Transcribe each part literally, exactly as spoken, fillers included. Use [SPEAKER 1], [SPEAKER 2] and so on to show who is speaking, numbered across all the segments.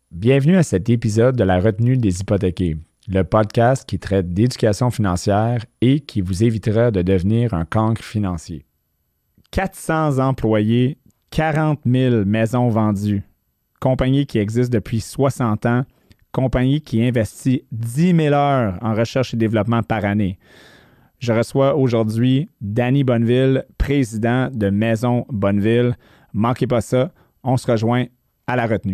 [SPEAKER 1] Bienvenue à cet épisode de la retenue des hypothéqués, le podcast qui traite d'éducation financière et qui vous évitera de devenir un cancre financier. quatre cents employés, quarante mille maisons vendues, compagnie qui existe depuis soixante ans, compagnie qui investit dix mille heures en recherche et développement par année. Je reçois aujourd'hui Danny Bonneville, président de Maison Bonneville. Manquez pas ça, on se rejoint à la retenue.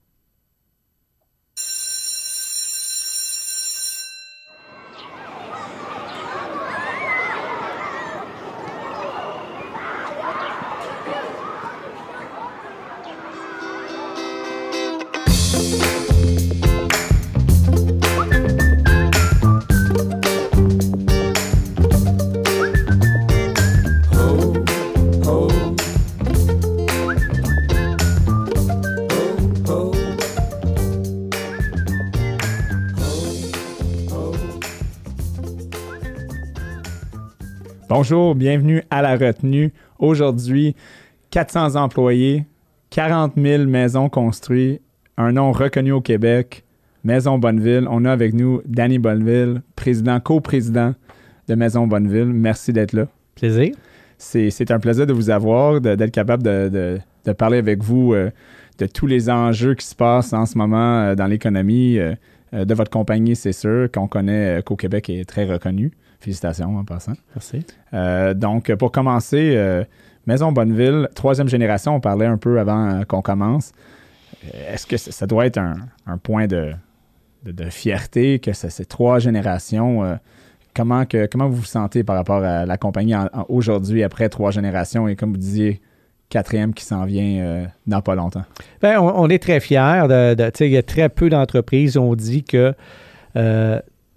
[SPEAKER 1] Bonjour, bienvenue à la retenue. Aujourd'hui, quatre cents employés, quarante mille maisons construites, un nom reconnu au Québec, Maison Bonneville. On a avec nous Danny Bonneville, président, coprésident de Maison Bonneville. Merci d'être là.
[SPEAKER 2] Plaisir.
[SPEAKER 1] C'est, c'est un plaisir de vous avoir, de, d'être capable de, de, de parler avec vous euh, de tous les enjeux qui se passent en ce moment euh, dans l'économie euh, de votre compagnie, c'est sûr, qu'on connaît, euh, qu'au Québec est très reconnu. Félicitations en passant.
[SPEAKER 2] Merci.
[SPEAKER 1] Euh, donc, pour commencer, euh, Maison Bonneville, troisième génération, on parlait un peu avant euh, qu'on commence. Est-ce que ça doit être un, un point de, de, de fierté que ça, c'est trois générations? Euh, comment, que, comment vous vous sentez par rapport à la compagnie en, en, aujourd'hui, après trois générations, et comme vous disiez, quatrième qui s'en vient euh, dans pas longtemps?
[SPEAKER 2] Bien, on, on est très fiers. De, de, il y a très peu d'entreprises. On dit que euh,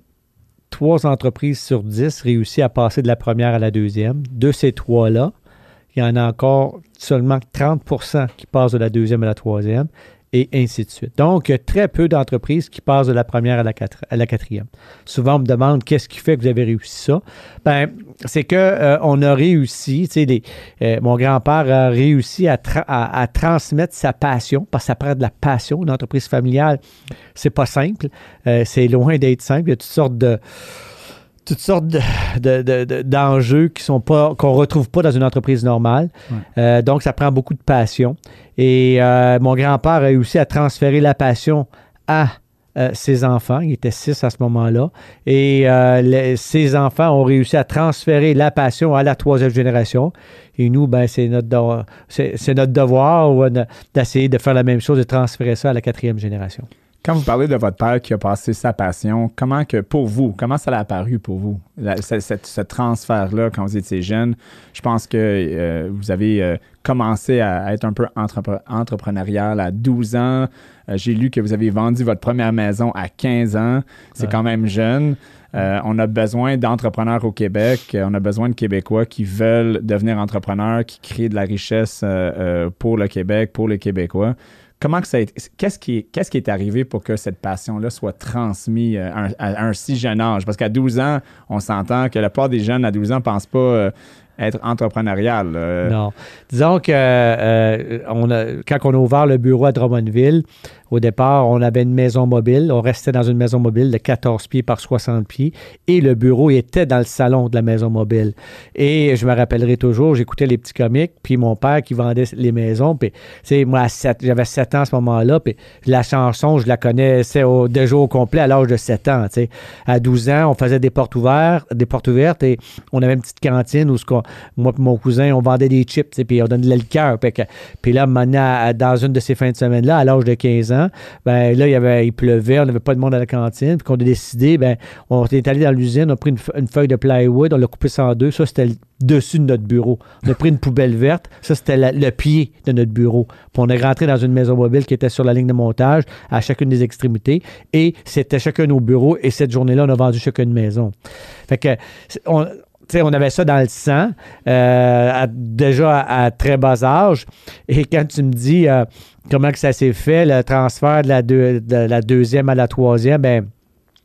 [SPEAKER 2] trois entreprises sur dix réussissent à passer de la première à la deuxième. De ces trois-là, il y en a encore seulement trente pour cent qui passent de la deuxième à la troisième, et ainsi de suite. Donc, il y a très peu d'entreprises qui passent de la première à la, quatre, à la quatrième. Souvent, on me demande qu'est-ce qui fait que vous avez réussi ça. Bien, c'est qu'on euh, a réussi, tu sais, les, euh, mon grand-père a réussi à, tra- à, à transmettre sa passion, parce que ça prend de la passion. Une entreprise familiale, c'est pas simple. Euh, c'est loin d'être simple. Il y a toutes sortes de toutes sortes de, de, de, de, d'enjeux qui sont pas, qu'on ne retrouve pas dans une entreprise normale. Ouais. Euh, donc, ça prend beaucoup de passion. Et euh, mon grand-père a réussi à transférer la passion à euh, ses enfants. Il était six à ce moment-là. Et euh, les, ses enfants ont réussi à transférer la passion à la troisième génération. Et nous, ben, c'est notre, de, c'est, c'est notre devoir ou, euh, d'essayer de faire la même chose, de transférer ça à la quatrième génération.
[SPEAKER 1] Quand vous parlez de votre père qui a passé sa passion, comment que pour vous, comment ça a apparu pour vous, la, ce, cette, ce transfert-là quand vous étiez jeune? Je pense que euh, vous avez euh, commencé à être un peu entrepre- entrepreneurial à douze ans. Euh, j'ai lu que vous avez vendu votre première maison à quinze ans. C'est ouais. quand même jeune. Euh, on a besoin d'entrepreneurs au Québec. On a besoin de Québécois qui veulent devenir entrepreneurs, qui créent de la richesse euh, euh, pour le Québec, pour les Québécois. Comment que ça a été, qu'est-ce qui, qu'est-ce qui est arrivé pour que cette passion-là soit transmise à un, à un si jeune âge? Parce qu'à douze ans, on s'entend que la plupart des jeunes à douze ans ne pensent pas euh, être entrepreneurial. Euh.
[SPEAKER 2] Non. Disons que euh, on a, quand on a ouvert le bureau à Drummondville, au départ, on avait une maison mobile. On restait dans une maison mobile de quatorze pieds par soixante pieds et le bureau était dans le salon de la maison mobile. Et je me rappellerai toujours, j'écoutais les petits comiques, puis mon père qui vendait les maisons. Puis, tu sais, moi, à sept, j'avais sept ans à ce moment-là, puis la chanson, je la connaissais au, déjà au complet à l'âge de sept ans. Tu sais. À douze ans, on faisait des portes ouvertes, des portes ouvertes et on avait une petite cantine où ce qu'on, moi et mon cousin, on vendait des chips, tu sais, puis on donnait de la liqueur. Puis, puis là, maintenant, dans une de ces fins de semaine-là, à l'âge de quinze ans, ben là, il, y avait, il pleuvait, on n'avait pas de monde à la cantine. Puis qu'on a décidé, ben on est allé dans l'usine, on a pris une, une feuille de plywood, on l'a coupé ça en deux. Ça, c'était le dessus de notre bureau. On a pris une poubelle verte. Ça, c'était la, le pied de notre bureau. Puis on est rentré dans une maison mobile qui était sur la ligne de montage à chacune des extrémités. Et c'était chacun de nos bureaux. Et cette journée-là, on a vendu chacune une maison. Fait que, on... T'sais, on avait ça dans le sang, euh, à, déjà à, à très bas âge. Et quand tu me dis euh, comment que ça s'est fait, le transfert de la, deux, de la deuxième à la troisième, ben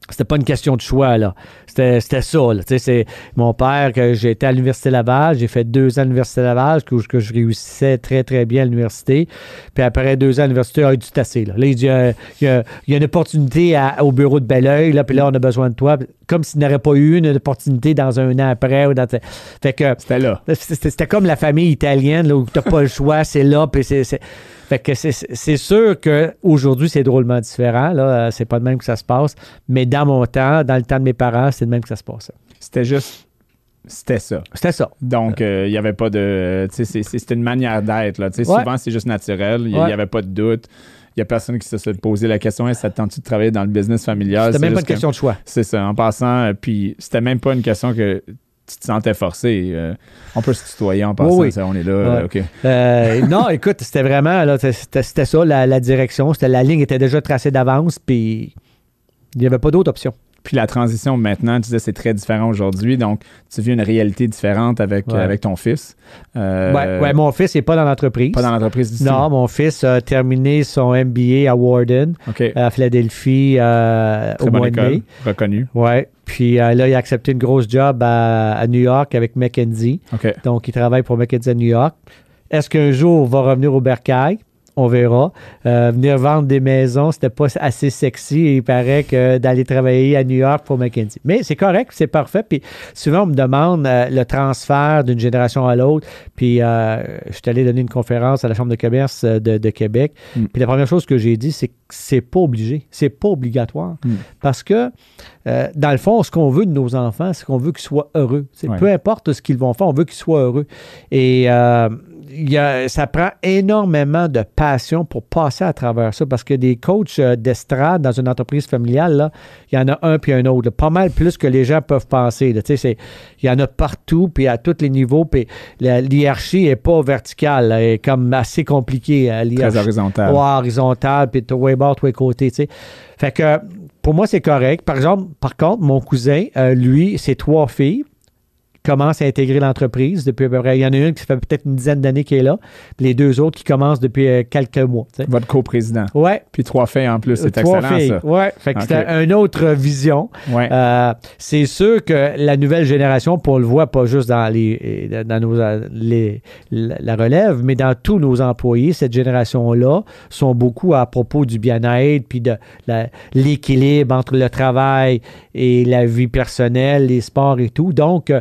[SPEAKER 2] C'était pas une question de choix, là. C'était, c'était ça, là. Tu sais, c'est mon père, que j'ai été à l'Université Laval, j'ai fait deux ans à l'Université Laval, que, que je réussissais très, très bien à l'université. Puis après deux ans à l'université, il a dû tasser, là. Là, il dit, il y a, il y a, il y a une opportunité à, au bureau de Belleuil, là, puis là, on a besoin de toi. Comme s'il n'aurait pas eu une opportunité dans un an après. Ou dans... Fait que,
[SPEAKER 1] c'était là.
[SPEAKER 2] C'était, c'était comme la famille italienne, là, où t'as pas le choix, c'est là, puis c'est... c'est... Fait que c'est, c'est sûr qu'aujourd'hui, c'est drôlement différent. Là. C'est pas de même que ça se passe. Mais dans mon temps, dans le temps de mes parents, c'est de même que ça se passait.
[SPEAKER 1] C'était juste... C'était ça.
[SPEAKER 2] C'était ça.
[SPEAKER 1] Donc, il euh, n'y avait pas de... Tu sais, c'était une manière d'être. Là. Ouais. Souvent, c'est juste naturel. Il n'y ouais. avait pas de doute. Il n'y a personne qui se posait la question hey, « ça te tente-tu de travailler dans le business familial? »
[SPEAKER 2] C'était même pas une question
[SPEAKER 1] que,
[SPEAKER 2] de choix.
[SPEAKER 1] C'est ça. En passant, puis c'était même pas une question que... tu te sentais forcé. Euh, on peut se tutoyer en passant. Oui, oui. On est là.
[SPEAKER 2] Ouais.
[SPEAKER 1] Euh, OK.
[SPEAKER 2] Euh, non, écoute, c'était vraiment... Là, c'était, c'était ça, la, la direction. C'était, la ligne était déjà tracée d'avance, puis il n'y avait pas d'autre option.
[SPEAKER 1] Puis la transition maintenant, tu disais, c'est très différent aujourd'hui. Donc, tu vis une réalité différente avec,
[SPEAKER 2] ouais.
[SPEAKER 1] avec ton fils.
[SPEAKER 2] Euh, ouais, ouais, mon fils n'est pas dans l'entreprise.
[SPEAKER 1] Pas dans l'entreprise du tout.
[SPEAKER 2] Non, mon fils a terminé son M B A à Warden,
[SPEAKER 1] okay.
[SPEAKER 2] à Philadelphie, euh, au mois de mai.
[SPEAKER 1] Reconnu.
[SPEAKER 2] Oui. Puis euh, là, il a accepté une grosse job à, à New York avec McKinsey.
[SPEAKER 1] Okay.
[SPEAKER 2] Donc, il travaille pour McKinsey à New York. Est-ce qu'un jour, il va revenir au bercail? On verra. Euh, venir vendre des maisons, c'était pas assez sexy et il paraît que d'aller travailler à New York pour McKinsey. Mais c'est correct, c'est parfait. Puis souvent, on me demande euh, le transfert d'une génération à l'autre. Puis euh, je suis allé donner une conférence à la Chambre de commerce de, de Québec. Mm. Puis la première chose que j'ai dit, c'est que c'est pas obligé. C'est pas obligatoire. Mm. Parce que, euh, dans le fond, ce qu'on veut de nos enfants, c'est qu'on veut qu'ils soient heureux. Ouais. Peu importe ce qu'ils vont faire, on veut qu'ils soient heureux. Et... Euh, Il y a, ça prend énormément de passion pour passer à travers ça parce que des coachs d'estrade dans une entreprise familiale, là, il y en a un puis un autre. Là, pas mal plus que les gens peuvent penser. Là, c'est, il y en a partout puis à tous les niveaux. Puis la, l'hiérarchie n'est pas verticale. Là, elle est comme assez compliquée.
[SPEAKER 1] Très horizontale.
[SPEAKER 2] Ouais, horizontale puis tous les bords, tous les côtés. T'sais. Fait que pour moi, c'est correct. Par exemple, par contre, mon cousin, euh, lui, c'est trois filles. Commence à intégrer l'entreprise depuis à peu près. Il y en a une qui fait peut-être une dizaine d'années qui est là, puis les deux autres qui commencent depuis euh, quelques mois. T'sais.
[SPEAKER 1] Votre coprésident.
[SPEAKER 2] Oui.
[SPEAKER 1] Puis trois filles en plus, c'est
[SPEAKER 2] trois
[SPEAKER 1] excellent
[SPEAKER 2] filles.
[SPEAKER 1] ça.
[SPEAKER 2] Oui, fait que okay. C'était une autre vision.
[SPEAKER 1] Ouais.
[SPEAKER 2] Euh, c'est sûr que la nouvelle génération, puis on le voit pas juste dans, les, dans nos, les, la relève, mais dans tous nos employés, cette génération-là sont beaucoup à propos du bien-être, puis de la, l'équilibre entre le travail et la vie personnelle, les sports et tout. Donc,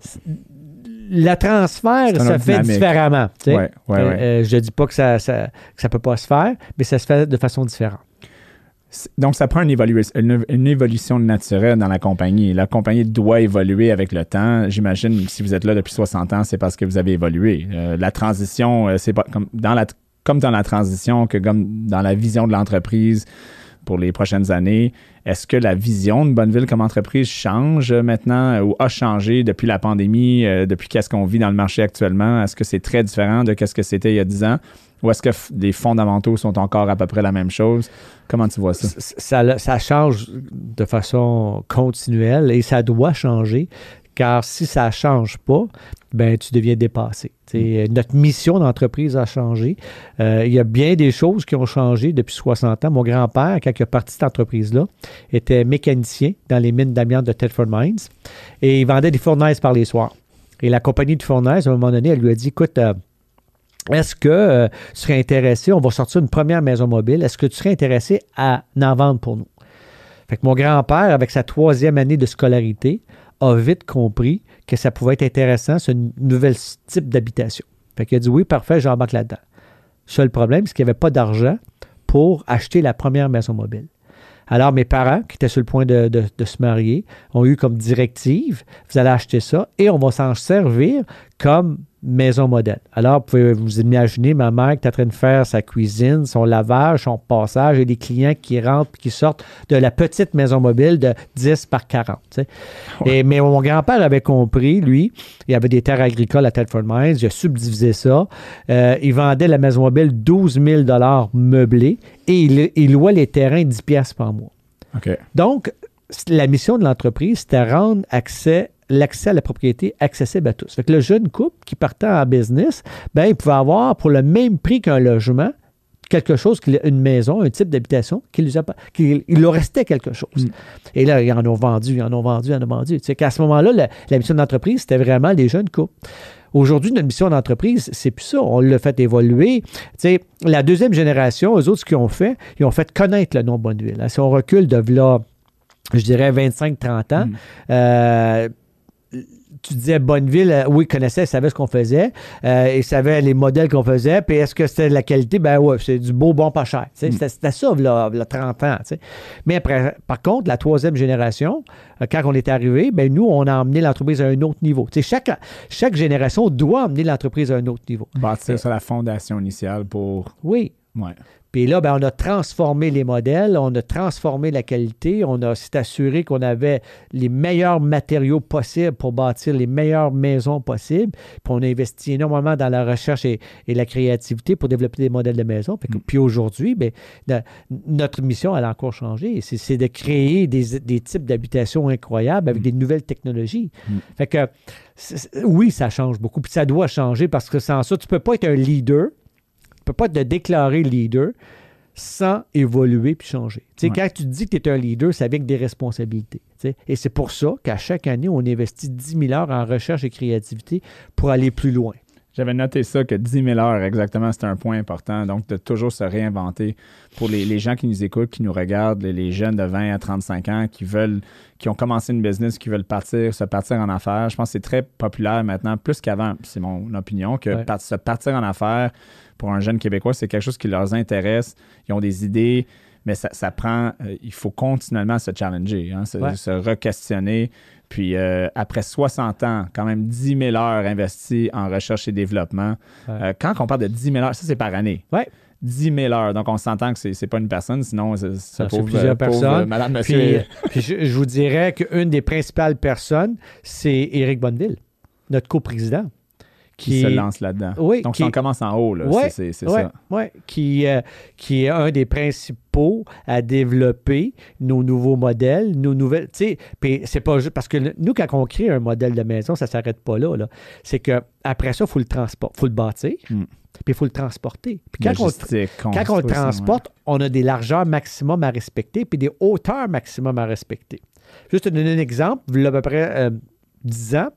[SPEAKER 2] le transfert se fait dynamique. Différemment.
[SPEAKER 1] Ouais, ouais, ouais.
[SPEAKER 2] Euh, je ne dis pas que ça ne ça peut pas se faire, mais ça se fait de façon différente.
[SPEAKER 1] Donc, ça prend une, évolu- une, une évolution naturelle dans la compagnie. La compagnie doit évoluer avec le temps. J'imagine si vous êtes là depuis soixante ans, c'est parce que vous avez évolué. Euh, la transition, c'est pas comme dans la, comme dans la transition que comme dans la vision de l'entreprise pour les prochaines années. Est-ce que la vision de Bonneville comme entreprise change maintenant ou a changé depuis la pandémie, euh, depuis qu'est-ce qu'on vit dans le marché actuellement? Est-ce que c'est très différent de ce que c'était il y a dix ans? Ou est-ce que f- les fondamentaux sont encore à peu près la même chose? Comment tu vois ça?
[SPEAKER 2] Ça, ça change de façon continuelle et ça doit changer. Car si ça ne change pas, ben tu deviens dépassé. T'sais, mmh. Notre mission d'entreprise a changé. Euh, il y a bien des choses qui ont changé depuis soixante ans. Mon grand-père, quand il est parti de cette entreprise-là, était mécanicien dans les mines d'amiante de Thetford Mines et il vendait des fournaises par les soirs. Et la compagnie de fournaises, à un moment donné, elle lui a dit, écoute, euh, est-ce que euh, tu serais intéressé, on va sortir une première maison mobile, est-ce que tu serais intéressé à en vendre pour nous? Fait que mon grand-père, avec sa troisième année de scolarité, a vite compris que ça pouvait être intéressant, ce nouvel type d'habitation. Fait qu'il a dit oui, parfait, j'embarque là-dedans. Seul problème, c'est qu'il n'y avait pas d'argent pour acheter la première maison mobile. Alors, mes parents, qui étaient sur le point de, de, de se marier, ont eu comme directive, vous allez acheter ça et on va s'en servir comme maison modèle. Alors, vous pouvez vous imaginer ma mère qui est en train de faire sa cuisine, son lavage, son passage et des clients qui rentrent et qui sortent de la petite maison mobile de dix par quarante. Tu sais. Ouais. Et, mais mon grand-père avait compris, lui, il avait des terres agricoles à Thetford Mines, il a subdivisé ça. Euh, il vendait la maison mobile douze mille dollars meublés et il, il louait les terrains dix piastres par mois.
[SPEAKER 1] Okay.
[SPEAKER 2] Donc, la mission de l'entreprise, c'était rendre accès l'accès à la propriété accessible à tous. Fait que le jeune couple qui partait en business, ben, il pouvait avoir pour le même prix qu'un logement quelque chose, une maison, un type d'habitation, qu'il il leur restait quelque chose. Mm. Et là, ils en ont vendu, ils en ont vendu, ils en ont vendu. Tu sais qu'à ce moment-là, la, la mission d'entreprise, c'était vraiment les jeunes couples. Aujourd'hui, notre mission d'entreprise, c'est plus ça. On l'a fait évoluer. Tu sais, la deuxième génération, eux autres, ce qu'ils ont fait, ils ont fait connaître le nom Bonneville. Si on recule de là, je dirais vingt-cinq trente ans, mm. euh, tu disais Bonneville, euh, oui, ils connaissaient, ils savaient ce qu'on faisait, euh, ils savaient les modèles qu'on faisait, puis est-ce que c'était de la qualité? Ben ouais, c'est du beau, bon, pas cher. Mm. C'était, c'était ça, là, là, trente ans. T'sais. Mais après, par contre, la troisième génération, euh, quand on est arrivé, ben nous, on a emmené l'entreprise à un autre niveau. T'sais, chaque, chaque génération doit emmener l'entreprise à un autre niveau.
[SPEAKER 1] Bâtir sur la fondation initiale pour...
[SPEAKER 2] Oui.
[SPEAKER 1] Ouais.
[SPEAKER 2] Puis là, ben, on a transformé les modèles, on a transformé la qualité, on a s'est assuré qu'on avait les meilleurs matériaux possibles pour bâtir les meilleures maisons possibles. Puis on a investi énormément dans la recherche et, et la créativité pour développer des modèles de maisons. Puis, mm. puis aujourd'hui, ben, la, notre mission, elle a encore changé. C'est, c'est de créer des, des types d'habitations incroyables avec mm. des nouvelles technologies. Mm. Fait que, oui, ça change beaucoup. Puis ça doit changer parce que sans ça, tu ne peux pas être un leader. Tu ne peux pas te déclarer leader sans évoluer puis changer. Ouais. Quand tu te dis que tu es un leader, c'est avec des responsabilités. T'sais. Et c'est pour ça qu'à chaque année, on investit dix mille heures en recherche et créativité pour aller plus loin.
[SPEAKER 1] J'avais noté ça, que dix mille heures, exactement, c'est un point important. Donc, de toujours se réinventer. Pour les, les gens qui nous écoutent, qui nous regardent, les, les jeunes de vingt à trente-cinq ans qui veulent, qui ont commencé une business, qui veulent partir, se partir en affaires, je pense que c'est très populaire maintenant, plus qu'avant, c'est mon opinion, que ouais. part, se partir en affaires, pour un jeune Québécois, c'est quelque chose qui leur intéresse. Ils ont des idées, mais ça, ça prend... Euh, il faut continuellement se challenger, hein, se, ouais. se re-questionner. Puis euh, après soixante ans, quand même dix mille heures investies en recherche et développement. Ouais. Euh, quand on parle de dix mille heures, ça, c'est par année.
[SPEAKER 2] Oui.
[SPEAKER 1] dix mille heures. Donc, on s'entend que c'est, c'est pas une personne, sinon, c'est, c'est,
[SPEAKER 2] non,
[SPEAKER 1] pauvre,
[SPEAKER 2] c'est plusieurs
[SPEAKER 1] pauvre
[SPEAKER 2] personnes.
[SPEAKER 1] Madame, monsieur.
[SPEAKER 2] Puis, puis je, je vous dirais qu'une des principales personnes, c'est Éric Bonneville, notre coprésident.
[SPEAKER 1] Qui, qui se lance là-dedans.
[SPEAKER 2] Oui,
[SPEAKER 1] donc,
[SPEAKER 2] qui,
[SPEAKER 1] si on commence en haut, là,
[SPEAKER 2] oui,
[SPEAKER 1] c'est, c'est, c'est
[SPEAKER 2] oui,
[SPEAKER 1] ça.
[SPEAKER 2] Oui, qui, euh, qui est un des principaux à développer nos nouveaux modèles, nos nouvelles... Tu sais, puis c'est pas juste... Parce que nous, quand on crée un modèle de maison, ça ne s'arrête pas là, là. C'est qu'après ça, il faut le transporter, il faut le bâtir, mm. puis il faut le transporter. Puis quand, on, quand on le transporte, ouais. on a des largeurs maximum à respecter, puis des hauteurs maximum à respecter. Juste te donner un exemple, il y a à peu près euh, dix ans,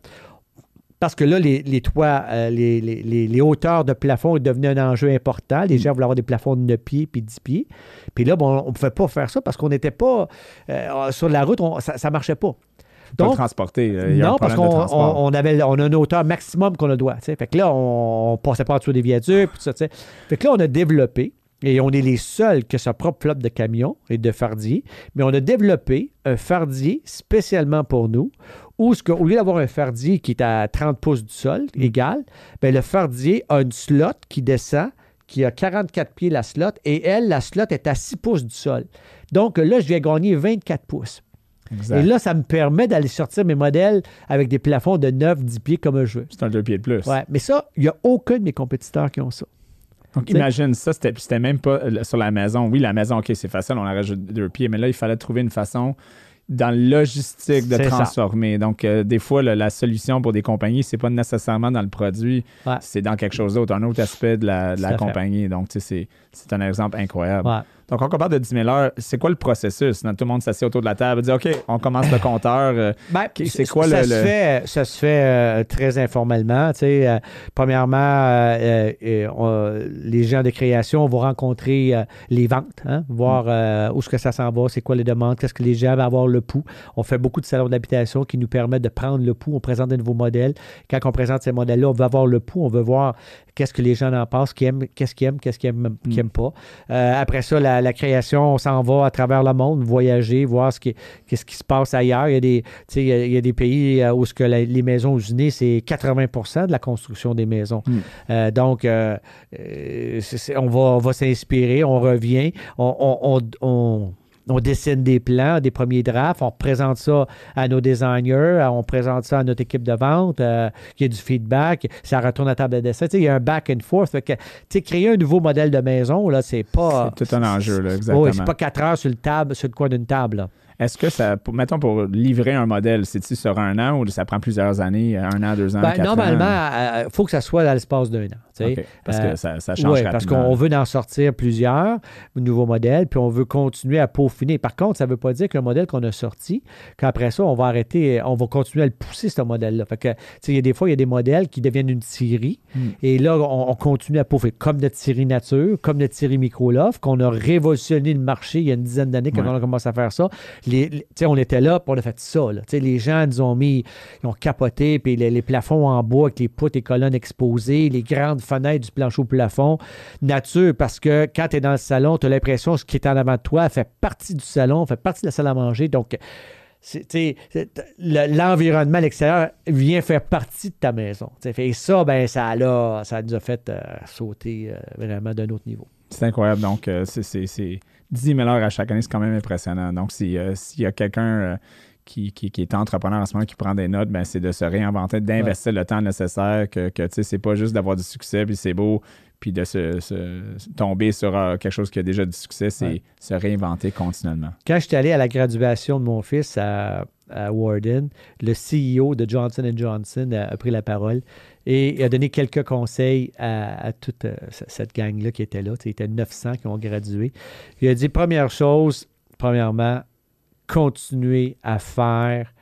[SPEAKER 2] parce que là, les, les toits, euh, les, les, les hauteurs de plafond devenaient un enjeu important. Les gens voulaient avoir des plafonds de neuf pieds puis dix pieds. Puis là, bon, on ne pouvait pas faire ça parce qu'on n'était pas... Euh, sur la route, on, ça ne marchait pas.
[SPEAKER 1] Donc, pas transporter. Il y a
[SPEAKER 2] non,
[SPEAKER 1] un
[SPEAKER 2] parce qu'on on, on avait, on a une hauteur maximum qu'on a le droit. T'sais. Fait que là, on ne passait pas en dessous des viaducs. Tout ça, t'sais. Fait que là, on a développé, et on est les seuls qui ont sa propre flotte de camions et de fardiers, mais on a développé un fardier spécialement pour nous, où ce que, au lieu d'avoir un fardier qui est à trente pouces du sol, mmh. égal, bien, le fardier a une slot qui descend, qui a quarante-quatre pieds la slot, et elle, la slot est à six pouces du sol. Donc là, je viens gagner vingt-quatre pouces. Exact. Et là, ça me permet d'aller sortir mes modèles avec des plafonds de neuf dix pieds comme je veux.
[SPEAKER 1] C'est un deux pieds de plus.
[SPEAKER 2] Oui, mais ça, il n'y a aucun de mes compétiteurs qui ont ça.
[SPEAKER 1] Donc, t'sais, imagine ça, c'était, c'était même pas sur la maison. Oui, la maison, OK, c'est facile, on en rajoute deux pieds, mais là, il fallait trouver une façon dans la logistique de c'est transformer. Ça. Donc, euh, des fois, là, la solution pour des compagnies, c'est pas nécessairement dans le produit, ouais. c'est dans quelque chose d'autre, un autre aspect de la, de la compagnie. Donc, tu sais, c'est, c'est un exemple incroyable. Ouais. Donc, quand on parle de dix mille heures, c'est quoi le processus? Tout le monde s'assied autour de la table et dit, OK, on commence le compteur. Euh,
[SPEAKER 2] ben, c'est quoi ça le... Se fait, ça se fait euh, très informellement. Euh, premièrement, euh, euh, on, les gens de création vont rencontrer euh, les ventes, hein, voir euh, où est-ce que ça s'en va, c'est quoi les demandes, qu'est-ce que les gens veulent avoir le pouls. On fait beaucoup de salons d'habitation qui nous permettent de prendre le pouls. On présente de nouveaux modèles. Quand on présente ces modèles-là, on veut avoir le pouls, on veut voir qu'est-ce que les gens en pensent, qui aiment, qu'est-ce qu'ils aiment, qu'est-ce qu'ils aiment, mm. qu'ils n'aiment pas. Euh, après ça, la, la création, on s'en va à travers le monde, voyager, voir ce qui, qu'est-ce qui se passe ailleurs. Il y a des, il y a, il y a des pays où ce que la, les maisons usinées, c'est quatre-vingts pour cent de la construction des maisons. Mm. Euh, donc, euh, c'est, c'est, on, va, on va s'inspirer, on revient, on... on, on, on On dessine des plans, des premiers drafts, on présente ça à nos designers, on présente ça à notre équipe de vente, euh, il y a du feedback, ça retourne à table de dessin. Il y a un back and forth. Fait que, créer un nouveau modèle de maison, là, c'est pas...
[SPEAKER 1] C'est tout un enjeu, là, exactement.
[SPEAKER 2] Oui, c'est pas quatre heures sur le, table, sur le coin d'une table. Là.
[SPEAKER 1] Est-ce que ça, pour, mettons, pour livrer un modèle, c'est-tu sur un an ou ça prend plusieurs années, un an, deux ans,
[SPEAKER 2] ben,
[SPEAKER 1] quatre
[SPEAKER 2] normalement,
[SPEAKER 1] ans?
[SPEAKER 2] il euh, faut que ça soit dans l'espace d'un an.
[SPEAKER 1] Okay, parce
[SPEAKER 2] euh,
[SPEAKER 1] que ça, ça change
[SPEAKER 2] ouais,
[SPEAKER 1] rapidement.
[SPEAKER 2] Parce qu'on veut en sortir plusieurs nouveaux modèles, puis on veut continuer à peaufiner. Par contre, ça ne veut pas dire qu'un modèle qu'on a sorti, qu'après ça, on va arrêter, on va continuer à le pousser, ce modèle-là. Fait que, il y a des fois, il y a des modèles qui deviennent une série, hmm. et là, on, on continue à peaufiner, comme notre série nature, comme notre série micro-loft, qu'on a révolutionné le marché il y a une dizaine d'années quand ouais. on a commencé à faire ça. Les, les, on était là, puis on a fait ça. Là. Les gens nous ont mis, ils ont capoté, puis les, les plafonds en bois avec les poutres et colonnes exposées, les grandes fenêtres du plancher au plafond. Nature, parce que quand tu es dans le salon, tu as l'impression que ce qui est en avant de toi fait partie du salon, fait partie de la salle à manger. Donc, c'est, c'est, le, l'environnement à l'extérieur vient faire partie de ta maison. T'sais. Et ça, ben, ça, là, ça nous a fait euh, sauter euh, vraiment d'un autre niveau.
[SPEAKER 1] C'est incroyable. Donc, euh, c'est, c'est, c'est dix mille heures à chaque année, c'est quand même impressionnant. Donc, si, euh, s'il y a quelqu'un euh, qui, qui, qui est entrepreneur en ce moment, qui prend des notes, ben, c'est de se réinventer, d'investir ouais. le temps nécessaire, que, que tu sais, c'est pas juste d'avoir du succès, puis c'est beau, puis de se, se tomber sur euh, quelque chose qui a déjà du succès, c'est ouais. se réinventer continuellement.
[SPEAKER 2] Quand je suis allé à la graduation de mon fils à, à Warden, le C E O de Johnson and Johnson a, a pris la parole et il a donné quelques conseils à, à toute euh, cette gang-là qui était là. Il était neuf cents qui ont gradué. Il a dit, première chose, premièrement, continuez à faire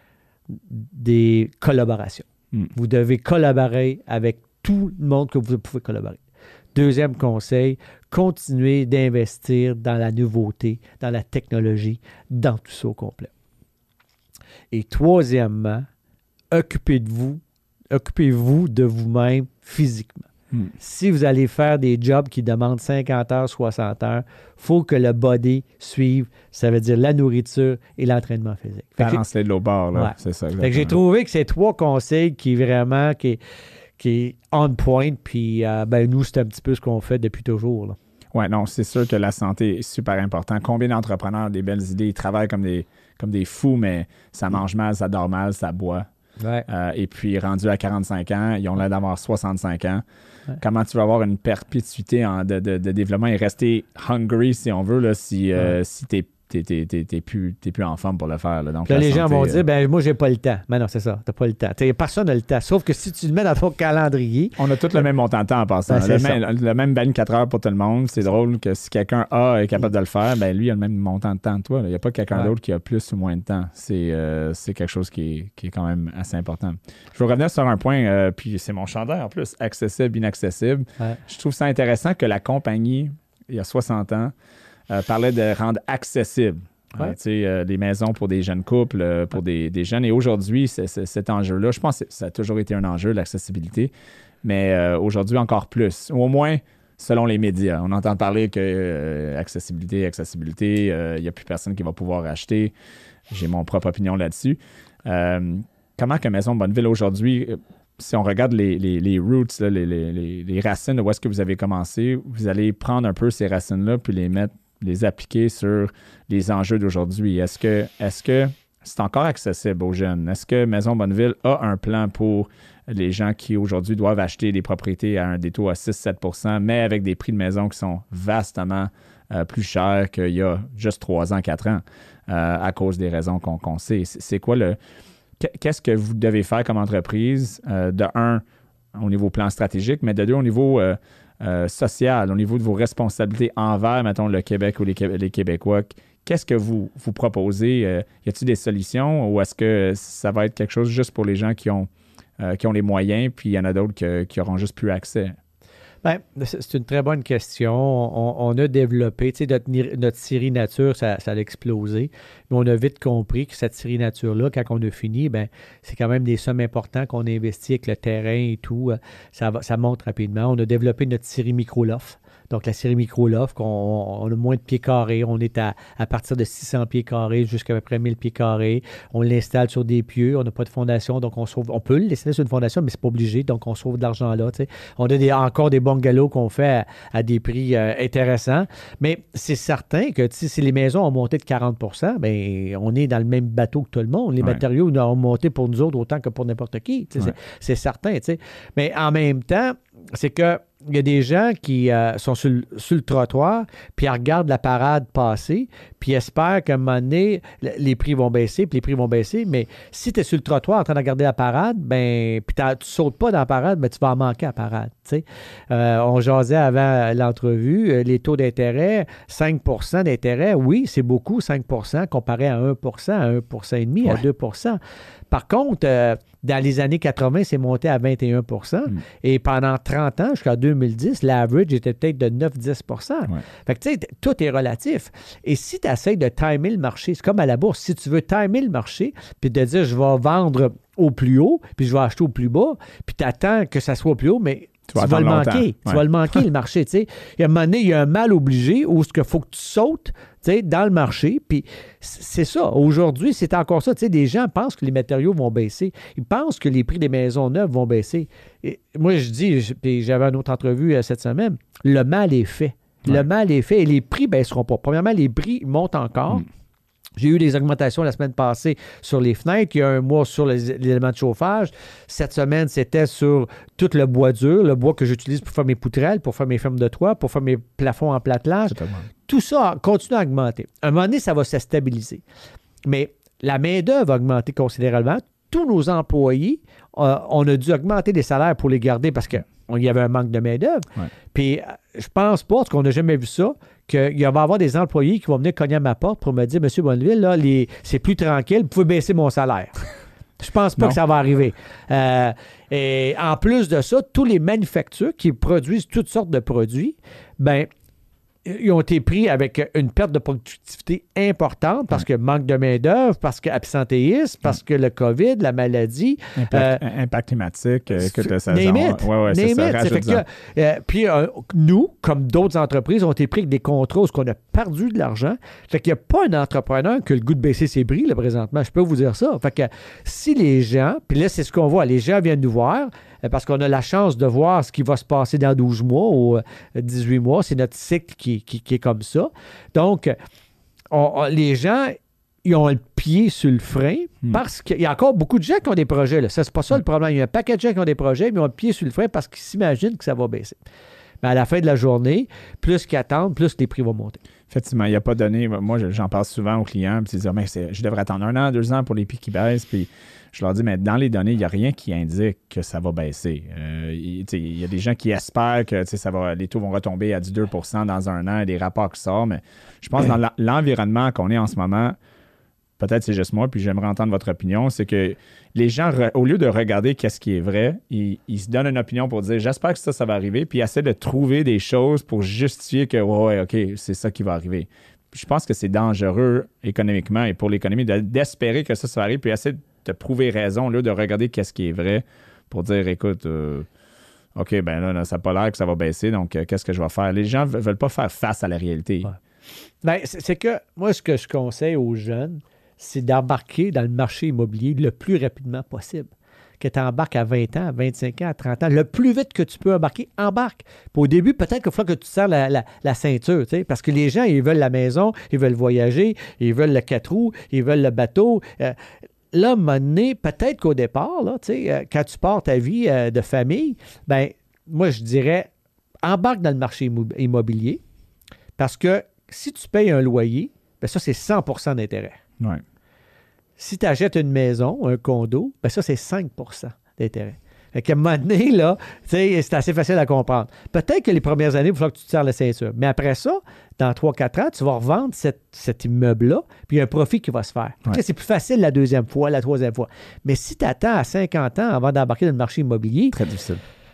[SPEAKER 2] des collaborations. Mm. Vous devez collaborer avec tout le monde que vous pouvez collaborer. Deuxième conseil, continuez d'investir dans la nouveauté, dans la technologie, dans tout ça au complet. Et troisièmement, occupez de vous, occupez-vous de vous-même physiquement. Hmm. Si vous allez faire des jobs qui demandent cinquante heures, soixante heures, il faut que le body suive, ça veut dire la nourriture et l'entraînement physique.
[SPEAKER 1] Balancer de l'eau bord, là, ouais. c'est ça.
[SPEAKER 2] Fait que j'ai trouvé que ces trois conseils qui vraiment... Qui, qui est on point, puis euh, ben, nous, c'est un petit peu ce qu'on fait depuis toujours.
[SPEAKER 1] Oui, non, c'est sûr que la santé est super importante. Combien d'entrepreneurs ont des belles idées, ils travaillent comme des, comme des fous, mais ça mange mal, ça dort mal, ça boit.
[SPEAKER 2] Ouais.
[SPEAKER 1] Euh, et puis, rendus à quarante-cinq ans, ils ont l'air d'avoir soixante-cinq ans. Ouais. Comment tu vas avoir une perpétuité en, de, de, de développement et rester hungry, si on veut, là, si, euh, ouais. si t'es T'es, t'es, t'es, t'es, plus, t'es plus en forme pour le faire. Là. Donc,
[SPEAKER 2] là, les
[SPEAKER 1] santé,
[SPEAKER 2] gens vont
[SPEAKER 1] euh...
[SPEAKER 2] dire, ben moi, j'ai pas le temps. Mais non, c'est ça, t'as pas le temps. T'sais, personne n'a le temps. Sauf que si tu le mets dans ton calendrier...
[SPEAKER 1] On a tous le même montant de temps en passant. Ben, le, même, le même vingt-quatre heures pour tout le monde. C'est drôle que si quelqu'un A est capable de le faire, ben lui, il a le même montant de temps que toi. Il n'y a pas quelqu'un ouais. d'autre qui a plus ou moins de temps. C'est, euh, c'est quelque chose qui est, qui est quand même assez important. Je veux revenir sur un point, euh, puis c'est mon chandail en plus, accessible, inaccessible. Ouais. Je trouve ça intéressant que la compagnie, il y a soixante ans, euh, parlait de rendre accessible. Ouais. Ouais, euh, des maisons pour des jeunes couples, euh, pour ouais. des, des jeunes. Et aujourd'hui, c'est, c'est, cet enjeu-là, je pense que ça a toujours été un enjeu, l'accessibilité, mais euh, aujourd'hui encore plus. Ou au moins, selon les médias. On entend parler que euh, accessibilité, accessibilité, il euh, n'y a plus personne qui va pouvoir acheter. J'ai mon propre opinion là-dessus. Euh, comment que Maison Bonneville aujourd'hui, si on regarde les, les, les roots, là, les, les, les racines de où est-ce que vous avez commencé, vous allez prendre un peu ces racines-là puis les mettre les appliquer sur les enjeux d'aujourd'hui. Est-ce que, est-ce que c'est encore accessible aux jeunes? Est-ce que Maison Bonneville a un plan pour les gens qui aujourd'hui doivent acheter des propriétés à un des taux à six à sept pour cent, mais avec des prix de maison qui sont vastement euh, plus chers qu'il y a juste trois ans, quatre ans, euh, à cause des raisons qu'on, qu'on sait? C'est quoi le... Qu'est-ce que vous devez faire comme entreprise, euh, de un, au niveau plan stratégique, mais de deux, au niveau... Euh, Euh, social, au niveau de vos responsabilités envers, mettons, le Québec ou les, Québé- les Québécois, qu'est-ce que vous, vous proposez? Euh, y a-t-il des solutions ou est-ce que ça va être quelque chose juste pour les gens qui ont, euh, qui ont les moyens, puis il y en a d'autres que, qui auront juste plus accès?
[SPEAKER 2] Bien, c'est une très bonne question. On, on a développé, tu sais, notre, notre série nature, ça, ça a explosé. Mais on a vite compris que cette série nature-là, quand on a fini, bien, c'est quand même des sommes importantes qu'on a investies avec le terrain et tout. Ça, va, ça monte rapidement. On a développé notre série micro-loft. Donc, la série micro-loft, on, on a moins de pieds carrés. On est à, à partir de six cents pieds carrés jusqu'à peu près mille pieds carrés. On l'installe sur des pieux. On n'a pas de fondation, donc on sauve. On peut l'installer sur une fondation, mais c'est pas obligé. Donc, on sauve de l'argent là. Tu sais. On a des, encore des bungalows qu'on fait à, à des prix euh, intéressants. Mais c'est certain que si les maisons ont monté de quarante pour cent, bien, on est dans le même bateau que tout le monde. Les ouais. matériaux ont monté pour nous autres autant que pour n'importe qui. Ouais. C'est, c'est certain. Tu sais. Mais en même temps, c'est que il y a des gens qui euh, sont sur, le- sur le trottoir, puis ils regardent la parade passer, puis ils espèrent qu'à un moment donné, le- les prix vont baisser, puis les prix vont baisser. Mais si tu es sur le trottoir en train de regarder la parade, ben, puis t'as- tu sautes pas dans la parade, ben, tu vas en manquer à la parade. tu sais. Euh, on jasait avant l'entrevue, euh, les taux d'intérêt, cinq pour cent d'intérêt, oui, c'est beaucoup, cinq pour cent comparé à un pour cent, à un virgule cinq pour cent, à
[SPEAKER 1] Ouais.
[SPEAKER 2] deux pour cent. Par contre, euh, dans les années quatre-vingts, c'est monté à vingt et un pour cent.
[SPEAKER 1] Mm.
[SPEAKER 2] Et pendant trente ans, jusqu'en deux mille dix, l'average était peut-être de neuf à dix pour cent.
[SPEAKER 1] Ouais.
[SPEAKER 2] Fait que, tu sais, t- tout est relatif. Et si tu essaies de timer le marché, c'est comme à la bourse. Si tu veux timer le marché, puis de dire, je vais vendre au plus haut, puis je vais acheter au plus bas, puis tu attends que ça soit au plus haut, mais
[SPEAKER 1] Tu vas
[SPEAKER 2] tu vas le
[SPEAKER 1] attendre
[SPEAKER 2] manquer.
[SPEAKER 1] longtemps.
[SPEAKER 2] Tu
[SPEAKER 1] Ouais.
[SPEAKER 2] vas le manquer, le marché. tu sais. Il y a un moment donné, il y a un mal obligé où il faut que tu sautes tu sais, dans le marché. Puis c- c'est ça. Aujourd'hui, c'est encore ça. Tu sais, des gens pensent que les matériaux vont baisser. Ils pensent que les prix des maisons neuves vont baisser. Et moi, je dis, je- puis j'avais une autre entrevue euh, cette semaine, le mal est fait. Le
[SPEAKER 1] Ouais.
[SPEAKER 2] mal est fait et les prix ne baisseront pas. Premièrement, les prix montent encore.
[SPEAKER 1] Mm.
[SPEAKER 2] J'ai eu des augmentations la semaine passée sur les fenêtres. Il y a un mois sur les, les éléments de chauffage. Cette semaine, c'était sur tout le bois dur, le bois que j'utilise pour faire mes poutrelles, pour faire mes fermes de toit, pour faire mes plafonds en platelage.
[SPEAKER 1] Totalement.
[SPEAKER 2] Tout ça continue à augmenter. À un moment donné, ça va se stabiliser. Mais la main-d'œuvre va augmenter considérablement. Tous nos employés, euh, on a dû augmenter les salaires pour les garder parce qu'il y avait un manque de main-d'œuvre.
[SPEAKER 1] Ouais.
[SPEAKER 2] Puis, euh, je pense pas, parce qu'on n'a jamais vu ça, qu'il va y avoir des employés qui vont venir cogner à ma porte pour me dire, Monsieur Bonneville, là, les, c'est plus tranquille, vous pouvez baisser mon salaire. Je pense pas
[SPEAKER 1] Non.
[SPEAKER 2] que ça va arriver. Euh, et en plus de ça, tous les manufactures qui produisent toutes sortes de produits, ben ils ont été pris avec une perte de productivité importante parce que manque de main-d'œuvre, parce que absentéisme, parce que le COVID, la maladie.
[SPEAKER 1] Impact,
[SPEAKER 2] euh,
[SPEAKER 1] impact climatique, euh, que la
[SPEAKER 2] Name
[SPEAKER 1] saison.
[SPEAKER 2] it.
[SPEAKER 1] Ouais, ouais, c'est
[SPEAKER 2] Name
[SPEAKER 1] ça.
[SPEAKER 2] it. Ça fait
[SPEAKER 1] rajoute-en.
[SPEAKER 2] que, euh, puis euh, nous, comme d'autres entreprises, ont été pris avec des contrats où on a perdu de l'argent. Fait qu'il n'y a pas un entrepreneur qui a le goût de baisser ses prix là, présentement. Je peux vous dire ça. Fait que si les gens, puis là, c'est ce qu'on voit, les gens viennent nous voir euh, parce qu'on a la chance de voir ce qui va se passer dans douze mois ou euh, dix-huit mois. C'est notre cycle qui, qui- qui est comme ça. Donc, on- on- les gens, ils ont le pied sur le frein
[SPEAKER 1] Hmm.
[SPEAKER 2] parce qu'il y a encore beaucoup de gens qui ont des projets. Là. Ça, c'est pas ça le problème. Il y a un paquet de gens qui ont des projets, mais ils ont le pied sur le frein parce qu'ils s'imaginent que ça va baisser. Mais à la fin de la journée, plus qu'ils attendent, plus les prix vont monter.
[SPEAKER 1] Effectivement, il n'y a pas de données. Moi, je- j'en parle souvent aux clients. Puis ils disent, mais c'est- je devrais attendre un an, deux ans pour les prix qui baissent. Puis je leur dis, mais dans les données, il n'y a rien qui indique que ça va baisser. Euh, il tu sais, il y a des gens qui espèrent que tu sais, ça va, les taux vont retomber à dix-deux pour cent dans un an, des rapports qui sortent. Mais je pense que dans l'en- l'environnement qu'on est en ce moment, peut-être c'est juste moi, puis j'aimerais entendre votre opinion, c'est que les gens, re- au lieu de regarder qu'est-ce qui est vrai, ils, ils se donnent une opinion pour dire j'espère que ça, ça va arriver, puis ils essaient de trouver des choses pour justifier que ouais, ouais, OK, c'est ça qui va arriver. Puis je pense que c'est dangereux économiquement et pour l'économie de- d'espérer que ça, ça va arriver, puis essayer de te prouver raison, au lieu de regarder qu'est-ce qui est vrai pour dire écoute, euh, OK, ben là, là, ça n'a pas l'air que ça va baisser, donc euh, qu'est-ce que je vais faire? Les gens ne veulent pas faire face à la réalité.
[SPEAKER 2] Ouais. Ben, c'est c'est que moi, ce que je conseille aux jeunes, c'est d'embarquer dans le marché immobilier le plus rapidement possible. Que tu embarques à vingt ans, à vingt-cinq ans, à trente ans, le plus vite que tu peux embarquer, embarque. Puis au début, peut-être qu'il faut que tu serres la, la- la ceinture, tu sais, parce que les gens, ils veulent la maison, ils veulent voyager, ils veulent le quatre roues, ils veulent le bateau. Euh, là, à un moment donné, peut-être qu'au départ, là, tu sais, euh, quand tu pars ta vie euh, de famille, ben moi, je dirais, embarque dans le marché immo- immobilier, parce que si tu payes un loyer, ben ça, c'est cent pour cent d'intérêt.
[SPEAKER 1] Ouais.
[SPEAKER 2] Si tu achètes une maison, un condo, ben ça, c'est cinq pour cent d'intérêt. Fait qu'à un moment donné, là, tu sais, c'est assez facile à comprendre. Peut-être que les premières années, il va falloir que tu te serres la ceinture. Mais après ça, dans trois quatre ans, tu vas revendre cette- cet immeuble-là, puis il y a un profit qui va se faire. Fait que
[SPEAKER 1] Ouais.
[SPEAKER 2] c'est plus facile la deuxième fois, la troisième fois. Mais si tu attends à cinquante ans avant d'embarquer dans le marché immobilier,
[SPEAKER 1] Très difficile.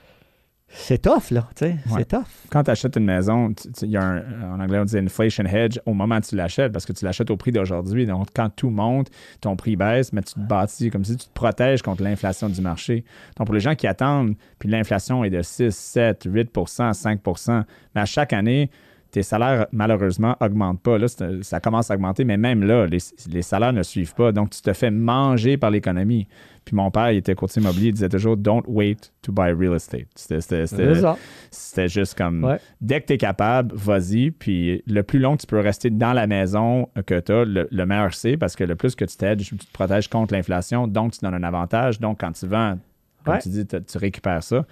[SPEAKER 2] c'est tough, là. tu sais,
[SPEAKER 1] Ouais.
[SPEAKER 2] C'est tough.
[SPEAKER 1] Quand tu achètes une maison, tu- tu- il y a un, en anglais, on dit inflation hedge au moment où tu l'achètes parce que tu l'achètes au prix d'aujourd'hui. Donc, quand tout monte, ton prix baisse, mais tu te bâtis comme si tu te protèges contre l'inflation du marché. Donc, pour les gens qui attendent, puis l'inflation est de six, sept, huit pour cent, cinq pour cent, mais à chaque année, tes salaires, malheureusement, n'augmentent pas. Là, c'est- ça commence à augmenter, mais même là, les, les salaires ne suivent pas. Donc, tu te fais manger par l'économie. Puis mon père, il était courtier immobilier, il disait toujours « Don't wait to buy real estate ». C'était- C'était c'était-
[SPEAKER 2] C'est ça.
[SPEAKER 1] c'était juste comme,
[SPEAKER 2] Ouais.
[SPEAKER 1] dès que tu es capable, vas-y. Puis le plus long que tu peux rester dans la maison que tu as, le, le meilleur c'est, parce que le plus que tu t'aides, tu te protèges contre l'inflation, donc tu donnes un avantage. Donc, quand tu vends, comme
[SPEAKER 2] Ouais.
[SPEAKER 1] tu dis, tu tu récupères ça.